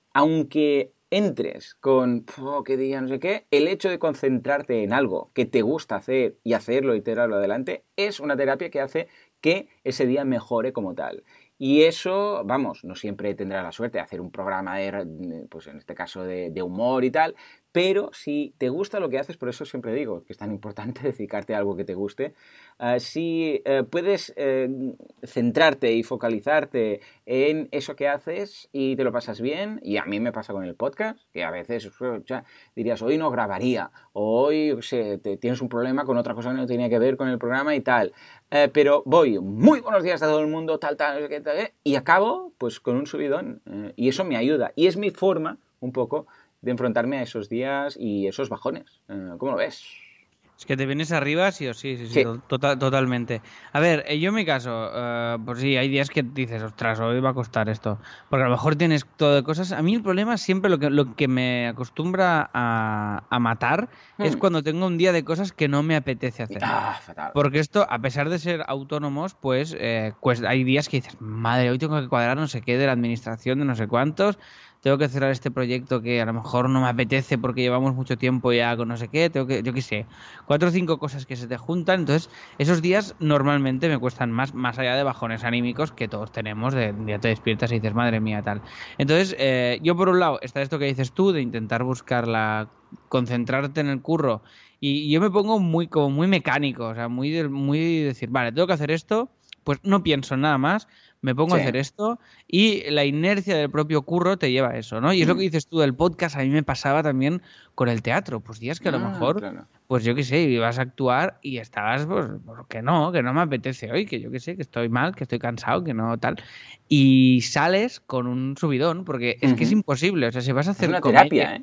S1: aunque entres con, oh, qué día, no sé qué, el hecho de concentrarte en algo que te gusta hacer y hacerlo y tirarlo adelante, es una terapia que hace que ese día mejore como tal. Y eso, vamos, no siempre tendrás la suerte de hacer un programa de, pues en este caso de, de humor y tal, pero si te gusta lo que haces, por eso siempre digo que es tan importante dedicarte a algo que te guste, uh, si uh, puedes uh, centrarte y focalizarte en eso que haces y te lo pasas bien, y a mí me pasa con el podcast, que a veces o sea, dirías, hoy no grabaría, o hoy, yo sé, te, tienes un problema con otra cosa que no tenía que ver con el programa y tal, uh, pero voy, muy buenos días a todo el mundo, tal, tal, no sé qué, tal, eh, y acabo pues con un subidón, uh, y eso me ayuda, y es mi forma, un poco, de enfrentarme a esos días y esos bajones. ¿Cómo lo ves?
S2: Es que te vienes arriba, sí o sí, sí, sí,
S1: Sí.
S2: to- tota- totalmente. A ver, eh, yo en mi caso, eh, pues sí, hay días que dices, ostras, hoy va a costar esto. Porque a lo mejor tienes todo de cosas. A mí el problema siempre lo que, lo que me acostumbra a, a matar
S1: Hmm.
S2: es cuando tengo un día de cosas que no me apetece hacer.
S1: Ah, fatal.
S2: Porque esto, a pesar de ser autónomos, pues, eh, pues hay días que dices, madre, hoy tengo que cuadrar no sé qué de la administración de no sé cuántos, tengo que cerrar este proyecto que a lo mejor no me apetece porque llevamos mucho tiempo ya con no sé qué, tengo que, yo qué sé, cuatro o cinco cosas que se te juntan, entonces esos días normalmente me cuestan más, más allá de bajones anímicos que todos tenemos, de un día te despiertas y dices, madre mía, tal. Entonces, eh, yo por un lado, está esto que dices tú, de intentar buscar la, concentrarte en el curro, y yo me pongo muy, como muy mecánico, o sea, muy, de- muy decir, vale, tengo que hacer esto, pues no pienso en nada más, me pongo
S1: Sí.
S2: a hacer esto y la inercia del propio curro te lleva a eso, ¿no? Y es lo que dices tú del podcast, a mí me pasaba también con el teatro, pues días que a lo
S1: Ah,
S2: mejor,
S1: claro.
S2: pues yo qué sé, ibas a actuar y estabas, pues, pues que no, que no me apetece hoy, que yo qué sé, que estoy mal, que estoy cansado, que no tal. Y sales con un subidón, porque es que es
S1: Ujú.
S2: imposible, o sea, si vas a
S1: Es
S2: hacer
S1: una
S2: comedia...
S1: terapia, ¿eh?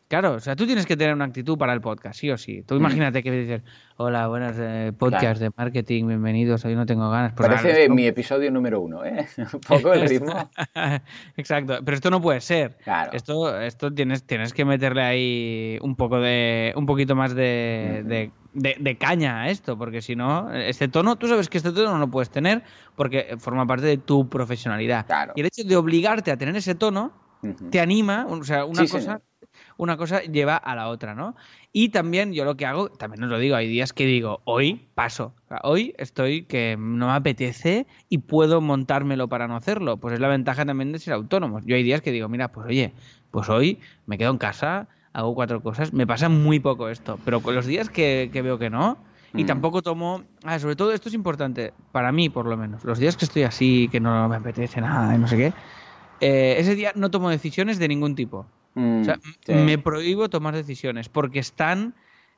S2: Claro, o sea, tú tienes que tener una actitud para el podcast, sí o sí. Tú imagínate que dices, hola, buenas eh, podcast
S1: Claro.
S2: de marketing, bienvenidos, hoy no tengo ganas. Pues
S1: Parece
S2: nada, esto no-
S1: mi episodio número uno, ¿eh? Un poco el ritmo.
S2: Exacto, pero esto no puede ser.
S1: Claro.
S2: Esto, esto tienes, tienes que meterle ahí un poco de, un poquito más de,
S1: Ujú.
S2: de, de- de caña a esto, porque si no, este tono, tú sabes que este tono no lo puedes tener porque forma parte de tu profesionalidad.
S1: Claro.
S2: Y el hecho de obligarte a tener ese tono
S1: Ujú.
S2: te anima, o sea, una
S1: Sí,
S2: cosa
S1: señor.
S2: una cosa lleva a la otra, ¿no? Y también yo lo que hago, también os lo digo, hay días que digo, hoy paso, o sea, hoy estoy que no me apetece y puedo montármelo para no hacerlo. Pues es la ventaja también de ser autónomos. Yo hay días que digo, mira, pues oye, pues hoy me quedo en casa, hago cuatro cosas, me pasa muy poco esto, pero con los días que, que veo que no, y
S1: Mm.
S2: tampoco tomo, ah, sobre todo esto es importante, para mí por lo menos, los días que estoy así, que no me apetece nada y no sé qué, eh, ese día no tomo decisiones de ningún tipo. O
S1: Mm,
S2: sea,
S1: sí.
S2: me prohíbo tomar decisiones porque están.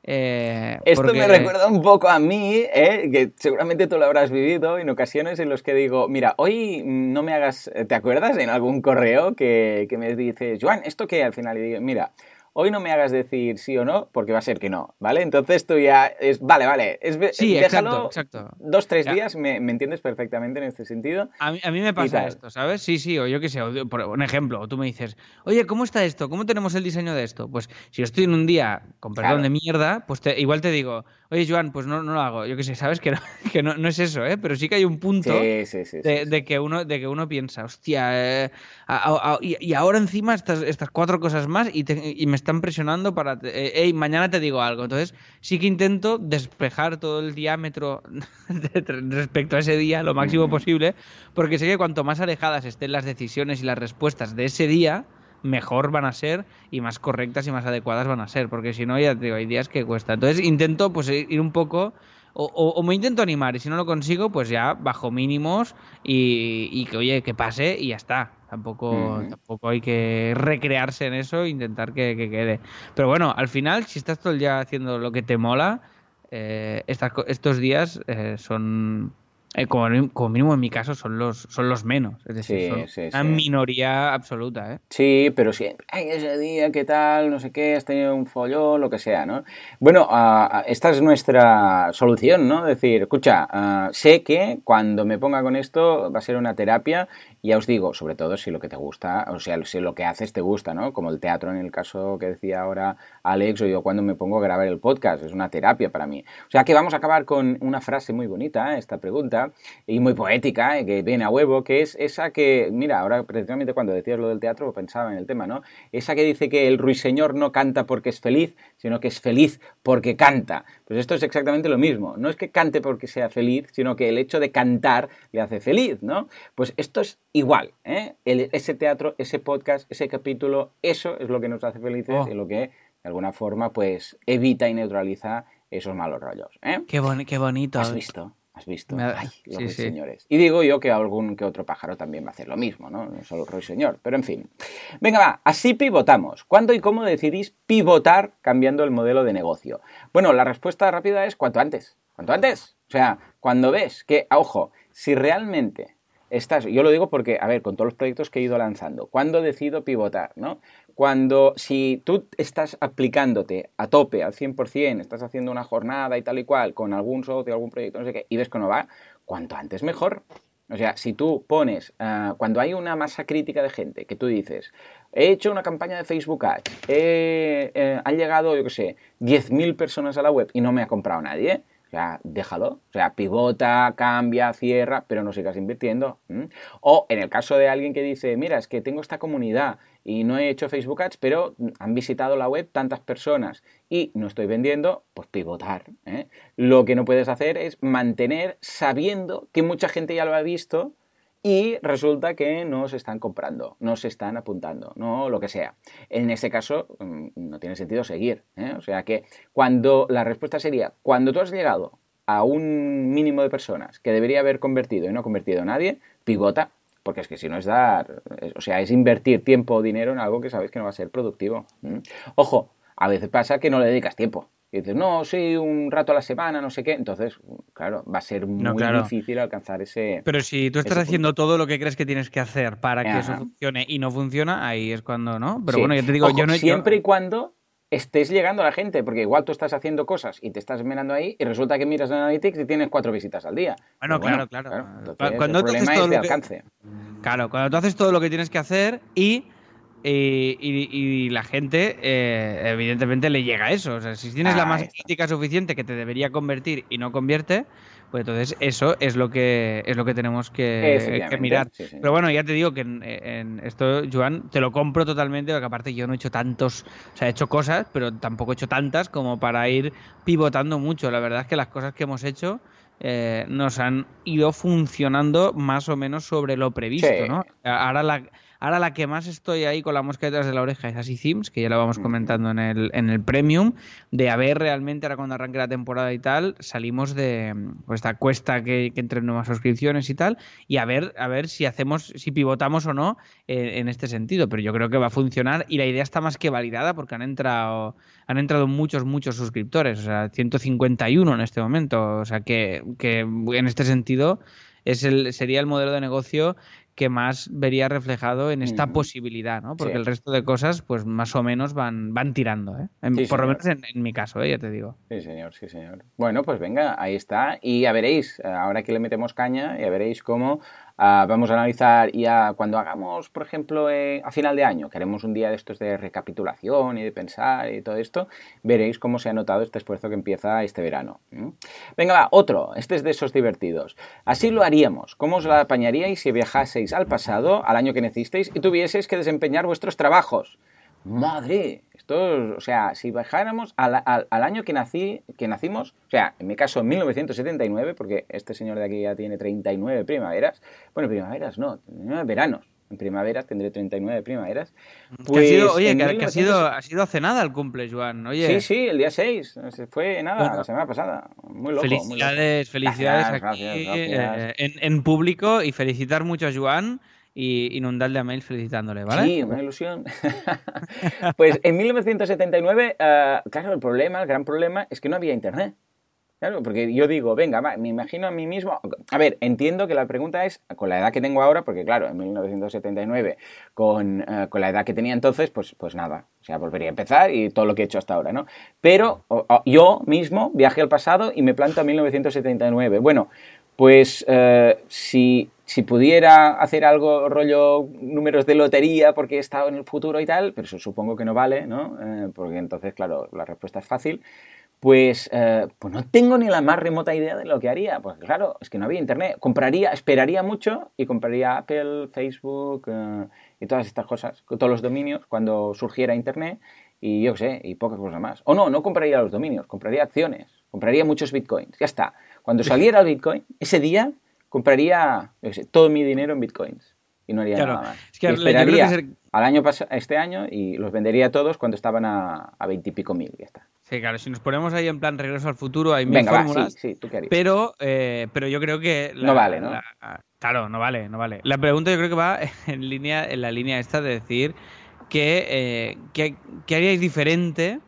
S2: eh,
S1: Esto me
S2: porque.
S1: recuerda un poco a mí, ¿eh? Que seguramente tú lo habrás vivido en ocasiones en los que digo, mira, hoy no me hagas, ¿te acuerdas en algún correo que, que me dices, Joan, ¿esto qué? Al final y digo, mira, hoy no me hagas decir sí o no porque va a ser que no, ¿vale? Entonces tú ya es, vale, vale, es,
S2: Sí, exacto,
S1: déjalo
S2: exacto.
S1: dos, tres
S2: Ya,
S1: días, me, me entiendes perfectamente en este sentido
S2: A mí, a mí me
S1: y
S2: pasa
S1: tal.
S2: esto, ¿sabes? Sí, sí, o yo qué sé, o- por un ejemplo, o tú me dices, oye, ¿cómo está esto? ¿Cómo tenemos el diseño de esto? Pues si yo estoy en un día, con perdón, de
S1: Claro.
S2: mierda, pues te- igual te digo, oye, Joan, pues no, no lo hago. Yo qué sé, ¿sabes? Que no, que no, no es eso, ¿eh? Pero sí que hay un punto
S1: Sí, sí, sí, sí,
S2: de,
S1: sí.
S2: de que uno, de que uno piensa, hostia, eh, a- a- a- y, y ahora encima estas, estas cuatro cosas más y, te- y me están presionando para, eh, hey, mañana te digo algo. Entonces sí que intento despejar todo el diámetro de- respecto a ese día lo máximo
S1: Ujú.
S2: posible, porque sé que cuanto más alejadas estén las decisiones y las respuestas de ese día, mejor van a ser y más correctas y más adecuadas van a ser, porque si no, ya te digo, hay días que cuesta. Entonces intento pues ir un poco o, o- o me intento animar y si no lo consigo, pues ya bajo mínimos y, y que, oye, que pase y ya está. Tampoco,
S1: Ujú.
S2: tampoco hay que recrearse en eso e intentar que, que quede. Pero bueno, al final, si estás todo el día haciendo lo que te mola, eh, estas co- estos días eh, son, eh, como, mi- como mínimo en mi caso, son los, son los menos. Es decir,
S1: Sí,
S2: son
S1: sí,
S2: una
S1: sí.
S2: minoría absoluta, ¿eh?
S1: Sí, pero siempre, ay, ese día, ¿qué tal? No sé qué, has tenido un follón, lo que sea, ¿no? Bueno, ah, esta es nuestra solución, ¿no? Decir, escucha, ah, sé que cuando me ponga con esto va a ser una terapia, y ya os digo, sobre todo si lo que te gusta, o sea, si lo que haces te gusta, ¿no? Como el teatro en el caso que decía ahora Alex, o yo cuando me pongo a grabar el podcast, es una terapia para mí. O sea que vamos a acabar con una frase muy bonita, esta pregunta, y muy poética, eh, que viene a huevo, que es esa que, mira, ahora precisamente cuando decías lo del teatro pensaba en el tema, ¿no? Esa que dice que el ruiseñor no canta porque es feliz, sino que es feliz porque canta. Pues esto es exactamente lo mismo. No es que cante porque sea feliz, sino que el hecho de cantar le hace feliz, ¿no? Pues esto es igual, ¿eh? El, ese teatro, ese podcast, ese capítulo, eso es lo que nos hace felices y
S2: Oh,
S1: lo que, de alguna forma, pues evita y neutraliza esos malos rollos, ¿eh?
S2: qué, boni- qué
S1: ¿Has
S2: bonito.
S1: visto? ¿Has visto?
S2: Me ha-
S1: Ay, los
S2: Sí, sí.
S1: ruiseñores. Y digo yo que algún que otro pájaro también va a hacer lo mismo, ¿no? No solo el ruiseñor, pero en fin. Venga, va, así pivotamos. ¿Cuándo y cómo decidís pivotar cambiando el modelo de negocio? Bueno, la respuesta rápida es cuanto antes. ¿Cuanto antes? O sea, cuando ves que, ojo, si realmente estás, yo lo digo porque, a ver, con todos los proyectos que he ido lanzando, ¿cuándo decido pivotar, no? Cuando, si tú estás aplicándote a tope, al cien por ciento, estás haciendo una jornada y tal y cual, con algún socio, algún proyecto, no sé qué, y ves que no va, cuanto antes mejor. O sea, si tú pones, uh, cuando hay una masa crítica de gente, que tú dices, he hecho una campaña de Facebook Ads, he, eh, han llegado, yo qué sé, diez mil personas a la web y no me ha comprado nadie, o sea, déjalo. O sea, pivota, cambia, cierra, pero no sigas invirtiendo. ¿Mm? O en el caso de alguien que dice, mira, es que tengo esta comunidad y no he hecho Facebook Ads, pero han visitado la web tantas personas y no estoy vendiendo, pues pivotar. ¿eh? Lo que no puedes hacer es mantener sabiendo que mucha gente ya lo ha visto y resulta que no se están comprando, no se están apuntando, no lo que sea. En ese caso, no tiene sentido seguir. ¿eh? O sea que cuando la respuesta sería, cuando tú has llegado a un mínimo de personas que debería haber convertido y no ha convertido a nadie, pivota, porque es que si no es dar, es, o sea, es invertir tiempo o dinero en algo que sabes que no va a ser productivo. ¿Mm? Ojo, a veces pasa que no le dedicas tiempo. Y dices, no, sí, un rato a la semana, no sé qué. Entonces, claro, va a ser
S2: No,
S1: muy
S2: claro.
S1: difícil alcanzar ese,
S2: Pero si tú estás
S1: ese
S2: haciendo
S1: punto.
S2: todo lo que crees que tienes que hacer para que eso
S1: Ajá.
S2: funcione y no funciona, ahí es cuando no. Pero
S1: Sí.
S2: bueno, yo te digo, yo
S1: Ojo,
S2: no yo
S1: siempre y cuando estés llegando a la gente, porque igual tú estás haciendo cosas y te estás mirando ahí y resulta que miras en Analytics y tienes cuatro visitas al día.
S2: Bueno,
S1: Pues
S2: claro, claro.
S1: claro. Entonces,
S2: Cuando
S1: el
S2: tú haces
S1: problema
S2: todo
S1: es de
S2: lo que-
S1: alcance.
S2: Claro, cuando tú haces todo lo que tienes que hacer y, y, y- y la gente, eh, evidentemente, le llega eso. O sea, si tienes la
S1: Ahí
S2: masa
S1: está.
S2: crítica suficiente que te debería convertir y no convierte, pues entonces eso es lo que es lo que tenemos que,
S1: Efectivamente,
S2: que mirar.
S1: sí, señor.
S2: Pero bueno, ya te digo que en, en esto, Joan, te lo compro totalmente, porque aparte yo no he hecho tantos, o sea, he hecho cosas, pero tampoco he hecho tantas como para ir pivotando mucho. La verdad es que las cosas que hemos hecho eh, nos han ido funcionando más o menos sobre lo previsto,
S1: Sí.
S2: ¿no? Ahora la, ahora la que más estoy ahí con la mosca detrás de la oreja es Así Themes, que ya lo vamos
S1: Ujú.
S2: comentando en el, en el Premium, de a ver realmente, ahora cuando arranque la temporada y tal, salimos de pues, esta cuesta que, que entren nuevas suscripciones y tal, y a ver, a ver si hacemos, si pivotamos o no eh, en este sentido. Pero yo creo que va a funcionar y la idea está más que validada porque han entrado, han entrado muchos, muchos suscriptores, o sea, ciento cincuenta y uno en este momento, o sea que, que en este sentido es el, sería el modelo de negocio que más vería reflejado en esta
S1: Ujú.
S2: posibilidad, ¿no? Porque
S1: Sí.
S2: el resto de cosas, pues más o menos van, van tirando, ¿eh? En-
S1: Sí,
S2: por lo
S1: señor.
S2: menos en, en mi caso, ¿eh? Ya te digo.
S1: Sí, señor, sí, señor. Bueno, pues venga, ahí está. Y ya veréis, eh, ahora que le metemos caña, ya veréis cómo ah, vamos a analizar ya cuando hagamos, por ejemplo, eh, a final de año, que haremos un día de estos de recapitulación y de pensar y todo esto, veréis cómo se ha notado este esfuerzo que empieza este verano. ¿Mm? Venga, va, otro. Este es de esos divertidos. Así lo haríamos. ¿Cómo os la apañaríais si viajaseis al pasado, al año que nacisteis, y tuvieseis que desempeñar vuestros trabajos? Madre, esto, o sea, si bajáramos al, al, al año que nací, que nacimos, o sea, en mi caso en mil novecientos setenta y nueve, porque este señor de aquí ya tiene treinta y nueve primaveras, bueno, primaveras no, treinta y nueve veranos, en primavera tendré treinta y nueve primaveras,
S2: Que ha sido,
S1: pues
S2: oye,
S1: en
S2: que, que ha
S1: mil novecientos...
S2: sido, ha sido hace nada el cumple, Joan.
S1: Sí,
S2: Oye,
S1: sí, el día seis, se fue nada,
S2: bueno,
S1: la semana pasada, muy loco, muy loco.
S2: felicidades, felicidades
S1: Gracias,
S2: aquí
S1: gracias, gracias.
S2: eh, en, en público y felicitar mucho a Joan y inundarle a mail felicitándole, ¿vale?
S1: Sí, una ilusión. Pues en mil novecientos setenta y nueve, uh, claro, el problema, el gran problema es que no había internet. Claro, porque yo digo, venga, va, me imagino a mí mismo... A ver, entiendo que la pregunta es, con la edad que tengo ahora, porque claro, en mil novecientos setenta y nueve, con, uh, con la edad que tenía entonces, pues, pues nada, o sea, volvería a empezar y todo lo que he hecho hasta ahora, ¿no? Pero o, o, yo mismo viajé al pasado y me planto a mil novecientos setenta y nueve. Bueno, pues uh, si... Si pudiera hacer algo rollo números de lotería porque he estado en el futuro y tal, pero eso supongo que no vale, ¿no? Eh, porque entonces, claro, la respuesta es fácil. Pues, eh, pues no tengo ni la más remota idea de lo que haría. Pues claro, es que no había internet. Compraría, esperaría mucho y compraría Apple, Facebook eh, y todas estas cosas, todos los dominios cuando surgiera internet y yo qué sé, y pocas cosas más. O no, no compraría los dominios, compraría acciones, compraría muchos bitcoins. Ya está. Cuando saliera el bitcoin, ese día... compraría, yo sé, todo mi dinero en bitcoins y no haría
S2: claro,
S1: nada más.
S2: Es que
S1: y esperaría
S2: yo creo que ser...
S1: al año pas- este año y los vendería todos cuando estaban a veintipico mil. Ya está.
S2: Sí, claro, si nos ponemos ahí en plan regreso al futuro, hay mil
S1: Venga, va,
S2: fórmulas.
S1: sí, sí, ¿tú qué harías?
S2: Pero, eh, pero yo creo que... La,
S1: no vale, ¿no?
S2: La, claro, no vale, no vale. La pregunta yo creo que va en línea, en la línea esta de decir que, eh, que, que haríais diferente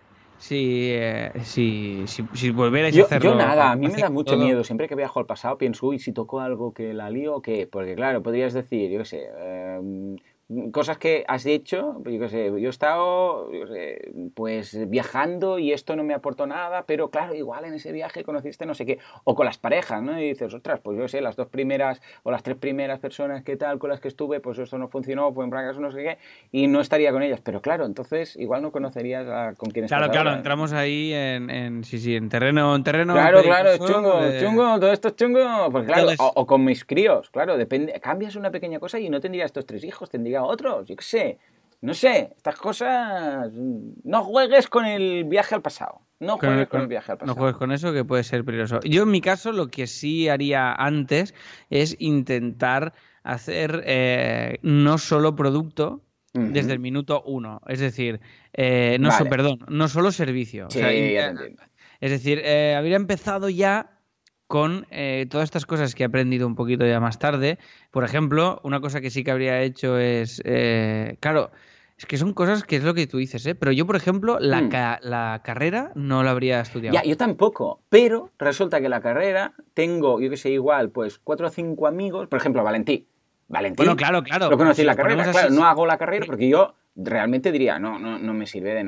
S2: si, eh, si, si, si volvierais
S1: yo,
S2: a hacerlo.
S1: Yo nada, a mí me da mucho
S2: todo.
S1: miedo. Siempre que viajo al pasado pienso, uy, si tocó algo que la lío o qué. Porque claro, podrías decir, yo qué sé... Eh, cosas que has hecho, yo qué sé, yo he estado yo qué sé, pues viajando y esto no me aportó nada, pero claro, igual en ese viaje conociste no sé qué, o con las parejas, ¿no? Y dices, ostras, pues yo qué sé, las dos primeras o las tres primeras personas que tal con las que estuve, pues esto no funcionó, fue en fracaso, no sé qué, y no estaría con ellas, pero claro, entonces igual no conocerías a, con quién estás
S2: Claro, claro,
S1: ahora,
S2: entramos
S1: ¿no?
S2: ahí en, en, sí, sí, en terreno, en terreno
S1: Claro, claro, es chungo,
S2: de...
S1: chungo, todo esto es chungo, pues claro,
S2: Entonces...
S1: o, o con mis críos, claro, depende, cambias una pequeña cosa y no tendría estos tres hijos, tendría otros, yo qué sé. No sé, estas cosas... No juegues con el viaje al pasado. No juegues con, con el viaje al pasado.
S2: No juegues con eso, que puede ser peligroso. Yo, en mi caso, lo que sí haría antes es intentar hacer eh, no solo producto uh-huh. desde el minuto uno. Es decir, eh, no vale. so, perdón, no solo servicio.
S1: Sí,
S2: o sea,
S1: ya te entiendo.
S2: Es decir, eh, habría empezado ya con eh, todas estas cosas que he aprendido un poquito ya más tarde. Por ejemplo, una cosa que sí que habría hecho es... Eh, claro, es que son cosas que es lo que tú dices, ¿eh? Pero yo, por ejemplo, la, mm. ca la carrera no la habría estudiado.
S1: Ya, yo tampoco. Pero resulta que la carrera tengo, yo que sé, igual, pues cuatro o cinco amigos. Por ejemplo, Valentín. Valentín.
S2: Bueno, claro, claro.
S1: Lo conocí en la carrera.
S2: Así...
S1: Claro, no hago la carrera porque yo realmente diría, no, no, no me sirve de nada.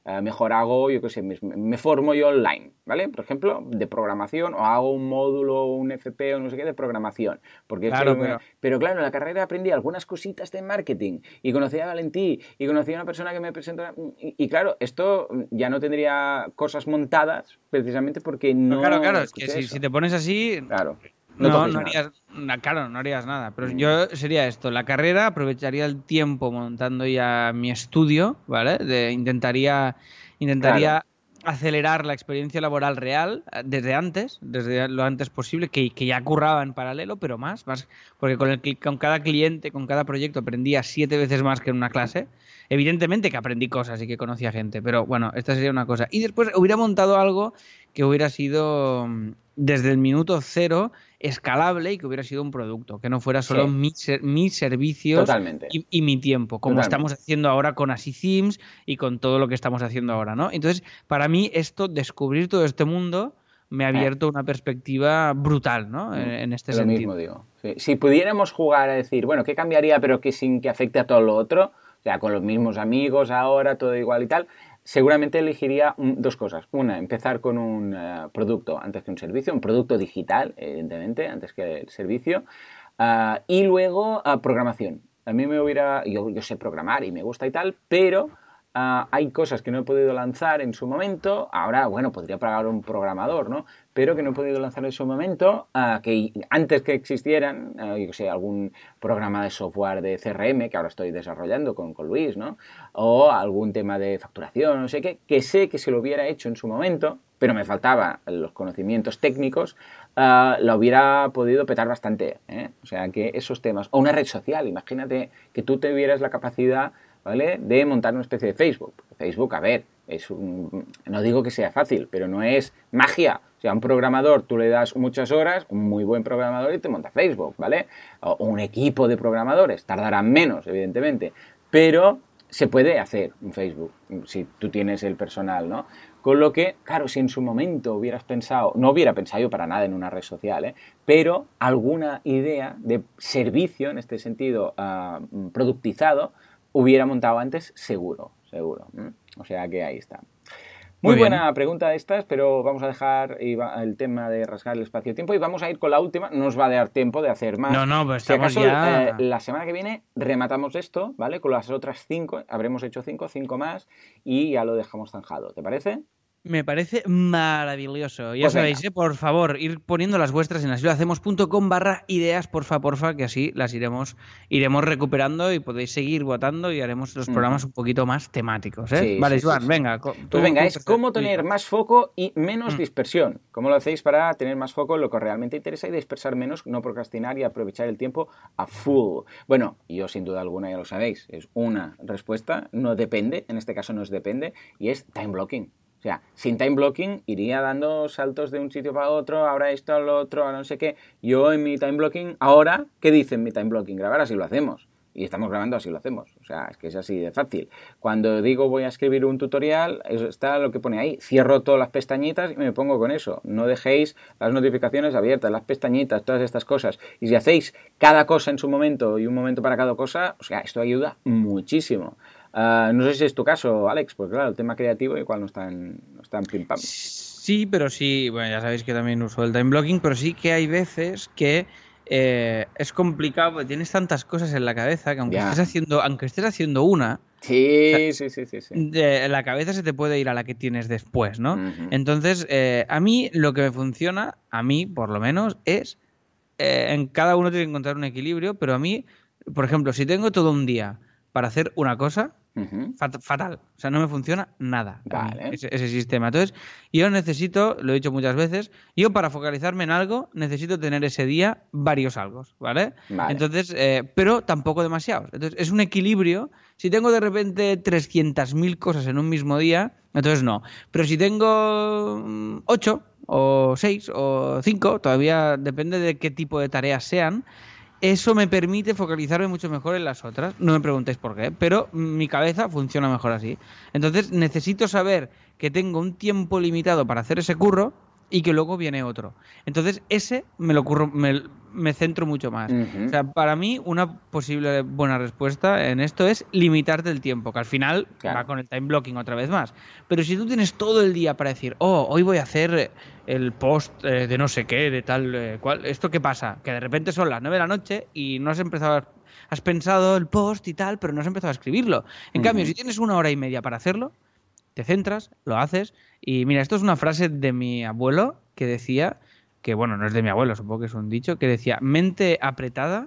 S1: uh, mejor hago, yo qué sé, me, me formo yo online, ¿vale? Por ejemplo, de programación, o hago un módulo, un F P o no sé qué de programación. Porque
S2: claro,
S1: es que,
S2: pero...
S1: pero claro, en la carrera aprendí algunas cositas de marketing y conocí a Valentí y conocí a una persona que me presentó y, y claro, esto ya no tendría cosas montadas precisamente porque no...
S2: Pero claro, claro, es que si, si te pones así...
S1: Claro. No,
S2: no, no harías nada. Claro, no harías nada. Pero mm. yo sería esto, la carrera, aprovecharía el tiempo montando ya mi estudio, ¿vale? De, intentaría intentaría claro. acelerar la experiencia laboral real desde antes, desde lo antes posible, que, que ya curraba en paralelo, pero más, más porque con, el, con cada cliente, con cada proyecto aprendía siete veces más que en una clase. Evidentemente que aprendí cosas y que conocía gente, pero bueno, esta sería una cosa. Y después hubiera montado algo que hubiera sido desde el minuto cero escalable y que hubiera sido un producto, que no fuera solo sí. mis, mis servicios y, y mi tiempo, como Totalmente. Estamos haciendo ahora con Así Themes y con todo lo que estamos haciendo ahora, ¿no? Entonces, para mí esto, descubrir todo este mundo me ha abierto eh. una perspectiva brutal, ¿no? En, en este
S1: lo
S2: sentido.
S1: Lo mismo digo. Sí. Si pudiéramos jugar a decir, bueno, ¿qué cambiaría pero que sin que afecte a todo lo otro? O sea, con los mismos amigos ahora, todo igual y tal. Seguramente elegiría dos cosas. Una, empezar con un uh, producto antes que un servicio, un producto digital, evidentemente, antes que el servicio. Uh, y luego, uh, programación. A mí me hubiera... Yo, yo sé programar y me gusta y tal, pero uh, hay cosas que no he podido lanzar en su momento. Ahora, bueno, podría pagar un programador, ¿no? Pero que no he podido lanzar en su momento, uh, que antes que existieran, uh, yo sé, algún programa de software de C R M que ahora estoy desarrollando con, con Luis, ¿no? O algún tema de facturación, no sé qué, que sé que se lo hubiera hecho en su momento, pero me faltaban los conocimientos técnicos, uh, lo hubiera podido petar bastante, ¿eh? O sea, que esos temas, o una red social, imagínate que tú tuvieras la capacidad, ¿vale?, de montar una especie de Facebook. Facebook, a ver, es un, no digo que sea fácil, pero no es magia. O sea, a un programador tú le das muchas horas, un muy buen programador, y te monta Facebook, ¿vale? O un equipo de programadores, tardarán menos, evidentemente, pero se puede hacer un Facebook si tú tienes el personal, ¿no? Con lo que, claro, si en su momento hubieras pensado, no hubiera pensado yo para nada en una red social, ¿eh?, pero alguna idea de servicio, en este sentido, uh, productizado, hubiera montado antes, seguro, seguro. ¿eh? O sea que ahí está. Muy, Muy buena bien. Pregunta estas, pero vamos a dejar el tema de rasgar el espacio-tiempo y vamos a ir con la última. No nos va a dar tiempo de hacer más.
S2: No, no, pues
S1: si
S2: estamos
S1: acaso,
S2: ya...
S1: eh, la semana que viene rematamos esto, ¿vale? Con las otras cinco, habremos hecho cinco, cinco más y ya lo dejamos zanjado. ¿Te parece?
S2: Me parece maravilloso. Ya
S1: Pues
S2: sabéis,
S1: venga.
S2: ¿eh? Por favor, ir poniendo las vuestras en asilohacemos.com barra ideas, porfa, porfa, que así las iremos iremos recuperando y podéis seguir votando y haremos los programas mm. un poquito más temáticos, ¿eh?
S1: Sí,
S2: vale,
S1: sí,
S2: Joan,
S1: sí,
S2: venga.
S1: Tú,
S2: Pues
S1: venga,
S2: tú,
S1: es cómo tener más foco y menos
S2: mm.
S1: dispersión. ¿Cómo lo hacéis para tener más foco en lo que realmente interesa y dispersar menos, no procrastinar y aprovechar el tiempo a full? Bueno, yo sin duda alguna ya lo sabéis, es una respuesta, no depende, en este caso no es depende, y es time blocking. O sea, sin time blocking iría dando saltos de un sitio para otro, ahora esto, lo otro, ahora no sé qué. Yo en mi time blocking, ahora, ¿qué dice en mi time blocking? Grabar, así lo hacemos. Y estamos grabando, así lo hacemos. O sea, es que es así de fácil. Cuando digo voy a escribir un tutorial, eso está lo que pone ahí. Cierro todas las pestañitas y me pongo con eso. No dejéis las notificaciones abiertas, las pestañitas, todas estas cosas. Y si hacéis cada cosa en su momento y un momento para cada cosa, o sea, esto ayuda muchísimo. Uh, no sé si es tu caso, Alex, porque claro, el tema creativo igual no está en, no está en pim pam.
S2: Sí, pero sí, bueno, ya sabéis que también uso el time blocking, pero sí que hay veces que eh, es complicado, porque tienes tantas cosas en la cabeza que aunque ya. estés haciendo, aunque estés haciendo una,
S1: sí,
S2: o sea,
S1: sí, sí, sí, sí.
S2: De la cabeza se te puede ir a la que tienes después, ¿no?
S1: Uh-huh.
S2: Entonces, eh, a mí lo que me funciona, a mí por lo menos, es eh, en cada uno tiene que encontrar un equilibrio, pero a mí, por ejemplo, si tengo todo un día para hacer una cosa,
S1: uh-huh.
S2: fat- fatal. O sea, no me funciona nada
S1: vale.
S2: ese, ese sistema. Entonces, yo necesito, lo he dicho muchas veces, yo para focalizarme en algo necesito tener ese día varios algos, ¿vale?
S1: vale.
S2: Entonces, eh, pero tampoco demasiados. Entonces, es un equilibrio. Si tengo de repente trescientas mil cosas en un mismo día, entonces no. Pero si tengo ocho o seis o cinco, todavía depende de qué tipo de tareas sean, eso me permite focalizarme mucho mejor en las otras. No me preguntéis por qué, pero mi cabeza funciona mejor así. Entonces necesito saber que tengo un tiempo limitado para hacer ese curro y que luego viene otro. Entonces ese me lo curro, me, me centro mucho más. Uh-huh. O sea, para mí una posible buena respuesta en esto es limitarte el tiempo, que al final claro. va con el time blocking otra vez más. Pero si tú tienes todo el día para decir, oh, hoy voy a hacer el post eh, de no sé qué, de tal eh, cual, ¿esto qué pasa? Que de repente son las nueve de la noche y no has empezado a, has pensado el post y tal, pero no has empezado a escribirlo. En uh-huh. cambio, si tienes una hora y media para hacerlo, te centras, lo haces. Y mira, esto es una frase de mi abuelo que decía, que bueno, no es de mi abuelo, supongo que es un dicho, que decía, mente apretada,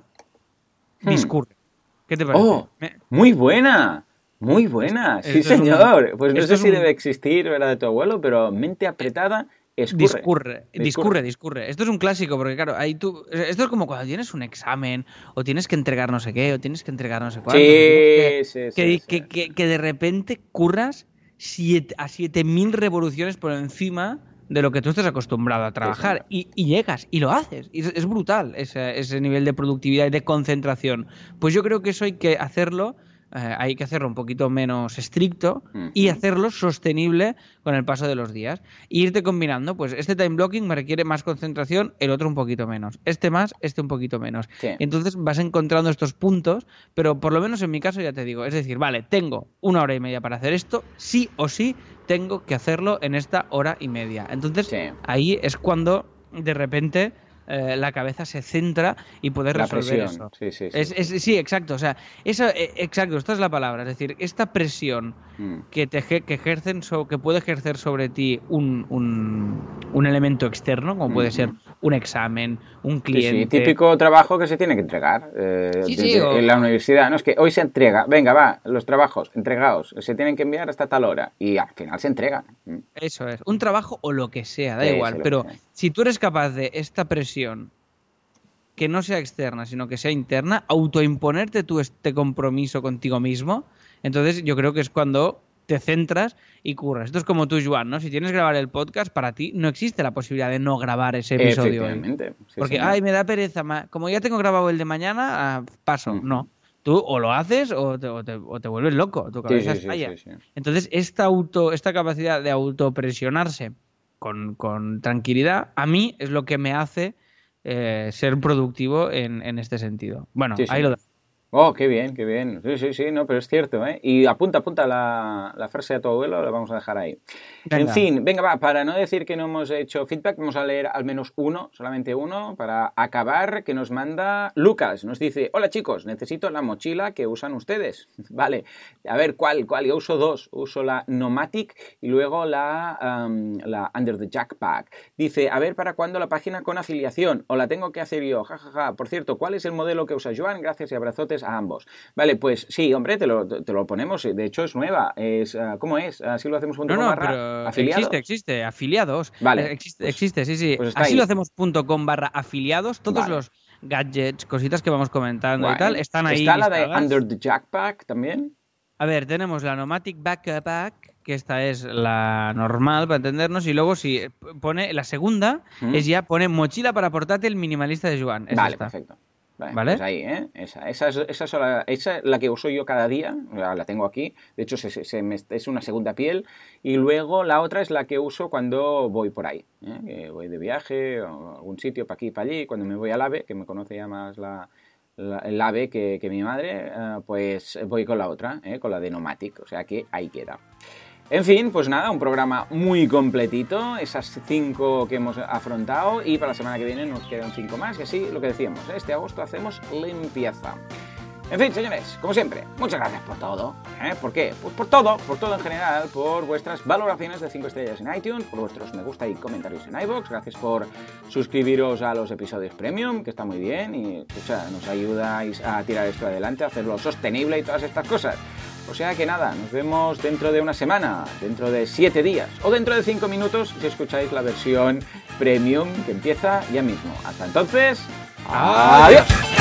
S2: discurre. Hmm. ¿Qué te parece?
S1: Oh, Me... muy buena, muy buena, esto, sí esto señor. Un... Pues no sé si un... debe existir, ¿verdad?, de tu abuelo, pero mente apretada... Escurre.
S2: Discurre, discurre, discurre, discurre. Esto es un clásico, porque claro, ahí tú, esto es como cuando tienes un examen, o tienes que entregar no sé qué, o tienes que entregar no sé cuánto.
S1: Sí,
S2: que,
S1: sí,
S2: que,
S1: sí,
S2: que,
S1: sí.
S2: Que, que de repente curras siete, a siete mil revoluciones por encima de lo que tú estás acostumbrado a trabajar. Sí, y, y llegas, y lo haces. Y es, es brutal ese, ese nivel de productividad y de concentración. Pues yo creo que eso hay que hacerlo. Eh, hay que hacerlo un poquito menos estricto uh-huh. y hacerlo sostenible con el paso de los días. Y irte combinando, pues este time blocking me requiere más concentración, el otro un poquito menos. Este más, este un poquito menos.
S1: Sí.
S2: Entonces vas encontrando estos puntos, pero por lo menos en mi caso ya te digo, es decir, vale, tengo una hora y media para hacer esto, sí o sí tengo que hacerlo en esta hora y media. Entonces sí. ahí es cuando de repente... Eh, la cabeza se centra y poder
S1: la
S2: resolver
S1: presión.
S2: eso.
S1: Sí, sí, sí.
S2: Es, es, sí, exacto. O sea, eso, eh, exacto, esta es la palabra. Es decir, esta presión mm. que te que ejercen so, que puede ejercer sobre ti un, un, un elemento externo, como puede mm-hmm. ser un examen, un cliente.
S1: Sí, sí, típico trabajo que se tiene que entregar eh,
S2: sí,
S1: desde,
S2: sí, o...
S1: en la universidad. No es que hoy se entrega, venga, va, los trabajos entregados, se tienen que enviar hasta tal hora y al final se entregan.
S2: Eso es, un trabajo o lo que sea, da sí, igual. Pero si tú eres capaz de esta presión que no sea externa, sino que sea interna, autoimponerte tú este compromiso contigo mismo, entonces yo creo que es cuando te centras y curras. Esto es como tú, Joan, ¿no? Si tienes que grabar el podcast, para ti no existe la posibilidad de no grabar ese episodio.
S1: Efectivamente. Sí,
S2: porque,
S1: sí,
S2: ay, me da pereza, como ya tengo grabado el de mañana, ah, paso. Uh-huh. No. Tú o lo haces o te, o te, o te vuelves loco, tu cabeza
S1: sí, sí,
S2: falla.
S1: Sí, sí, sí.
S2: Entonces, esta, auto, esta capacidad de autopresionarse con, con tranquilidad, a mí es lo que me hace eh, ser productivo en, en este sentido. Bueno,
S1: sí,
S2: ahí
S1: sí.
S2: lo dejo.
S1: Oh, qué bien, qué bien. Sí, sí, sí, no, pero es cierto, ¿eh? Y apunta, apunta la, la frase de tu abuelo, la vamos a dejar ahí. Venga. En fin, venga, va, para no decir que no hemos hecho feedback, vamos a leer al menos uno, solamente uno, para acabar, que nos manda Lucas. Nos dice, hola chicos, necesito la mochila que usan ustedes. Vale, a ver, ¿cuál? ¿Cuál? Yo uso dos. Uso la Nomatic y luego la, um, la Under the Jackpack. Dice, a ver, ¿para cuándo la página con afiliación? ¿O la tengo que hacer yo? Ja, ja, ja. Por cierto, ¿cuál es el modelo que usa Joan? Gracias y abrazotes a ambos. Vale, pues sí, hombre, te lo, te lo ponemos. De hecho, es nueva. Es, uh, ¿Cómo es? Así lo hacemos punto com
S2: no, no,
S1: barra
S2: pero
S1: afiliados.
S2: Existe, existe. Afiliados.
S1: Vale.
S2: Existe,
S1: pues,
S2: existe sí, sí.
S1: Pues
S2: Así
S1: ahí.
S2: lo hacemos punto com barra afiliados. Todos vale. los gadgets, cositas que vamos comentando Guay. y tal, están ahí.
S1: ¿Está la de
S2: listadas.
S1: Under the Jackpack también?
S2: A ver, tenemos la Nomatic Backpack, que esta es la normal para entendernos, y luego si pone la segunda, ¿Mm? es ya pone mochila para portátil minimalista de Joan. Es
S1: vale,
S2: esta.
S1: perfecto. Vale,
S2: ¿Vale?
S1: Pues ahí, ¿eh? Esa, esa, es, esa, es la, esa es la que uso yo cada día, la tengo aquí, de hecho se, se me, es una segunda piel, y luego la otra es la que uso cuando voy por ahí, ¿eh? Que voy de viaje o a algún sitio para aquí para allí, cuando me voy al AVE, que me conoce ya más la, la, el AVE que, que mi madre, eh, pues voy con la otra, ¿eh? Con la de Nomatic, o sea que ahí queda. En fin, pues nada, un programa muy completito, esas cinco que hemos afrontado, y para la semana que viene nos quedan cinco más, y así lo que decíamos, este agosto hacemos limpieza. En fin, señores, como siempre, muchas gracias por todo. ¿eh? ¿Por qué? Pues por todo, por todo en general, por vuestras valoraciones de cinco estrellas en iTunes, por vuestros me gusta y comentarios en iVoox, gracias por suscribiros a los episodios premium, que está muy bien, y escucha, nos ayudáis a tirar esto adelante, a hacerlo sostenible y todas estas cosas. O sea que nada, nos vemos dentro de una semana, dentro de siete días o dentro de cinco minutos si escucháis la versión premium que empieza ya mismo. Hasta entonces, adiós.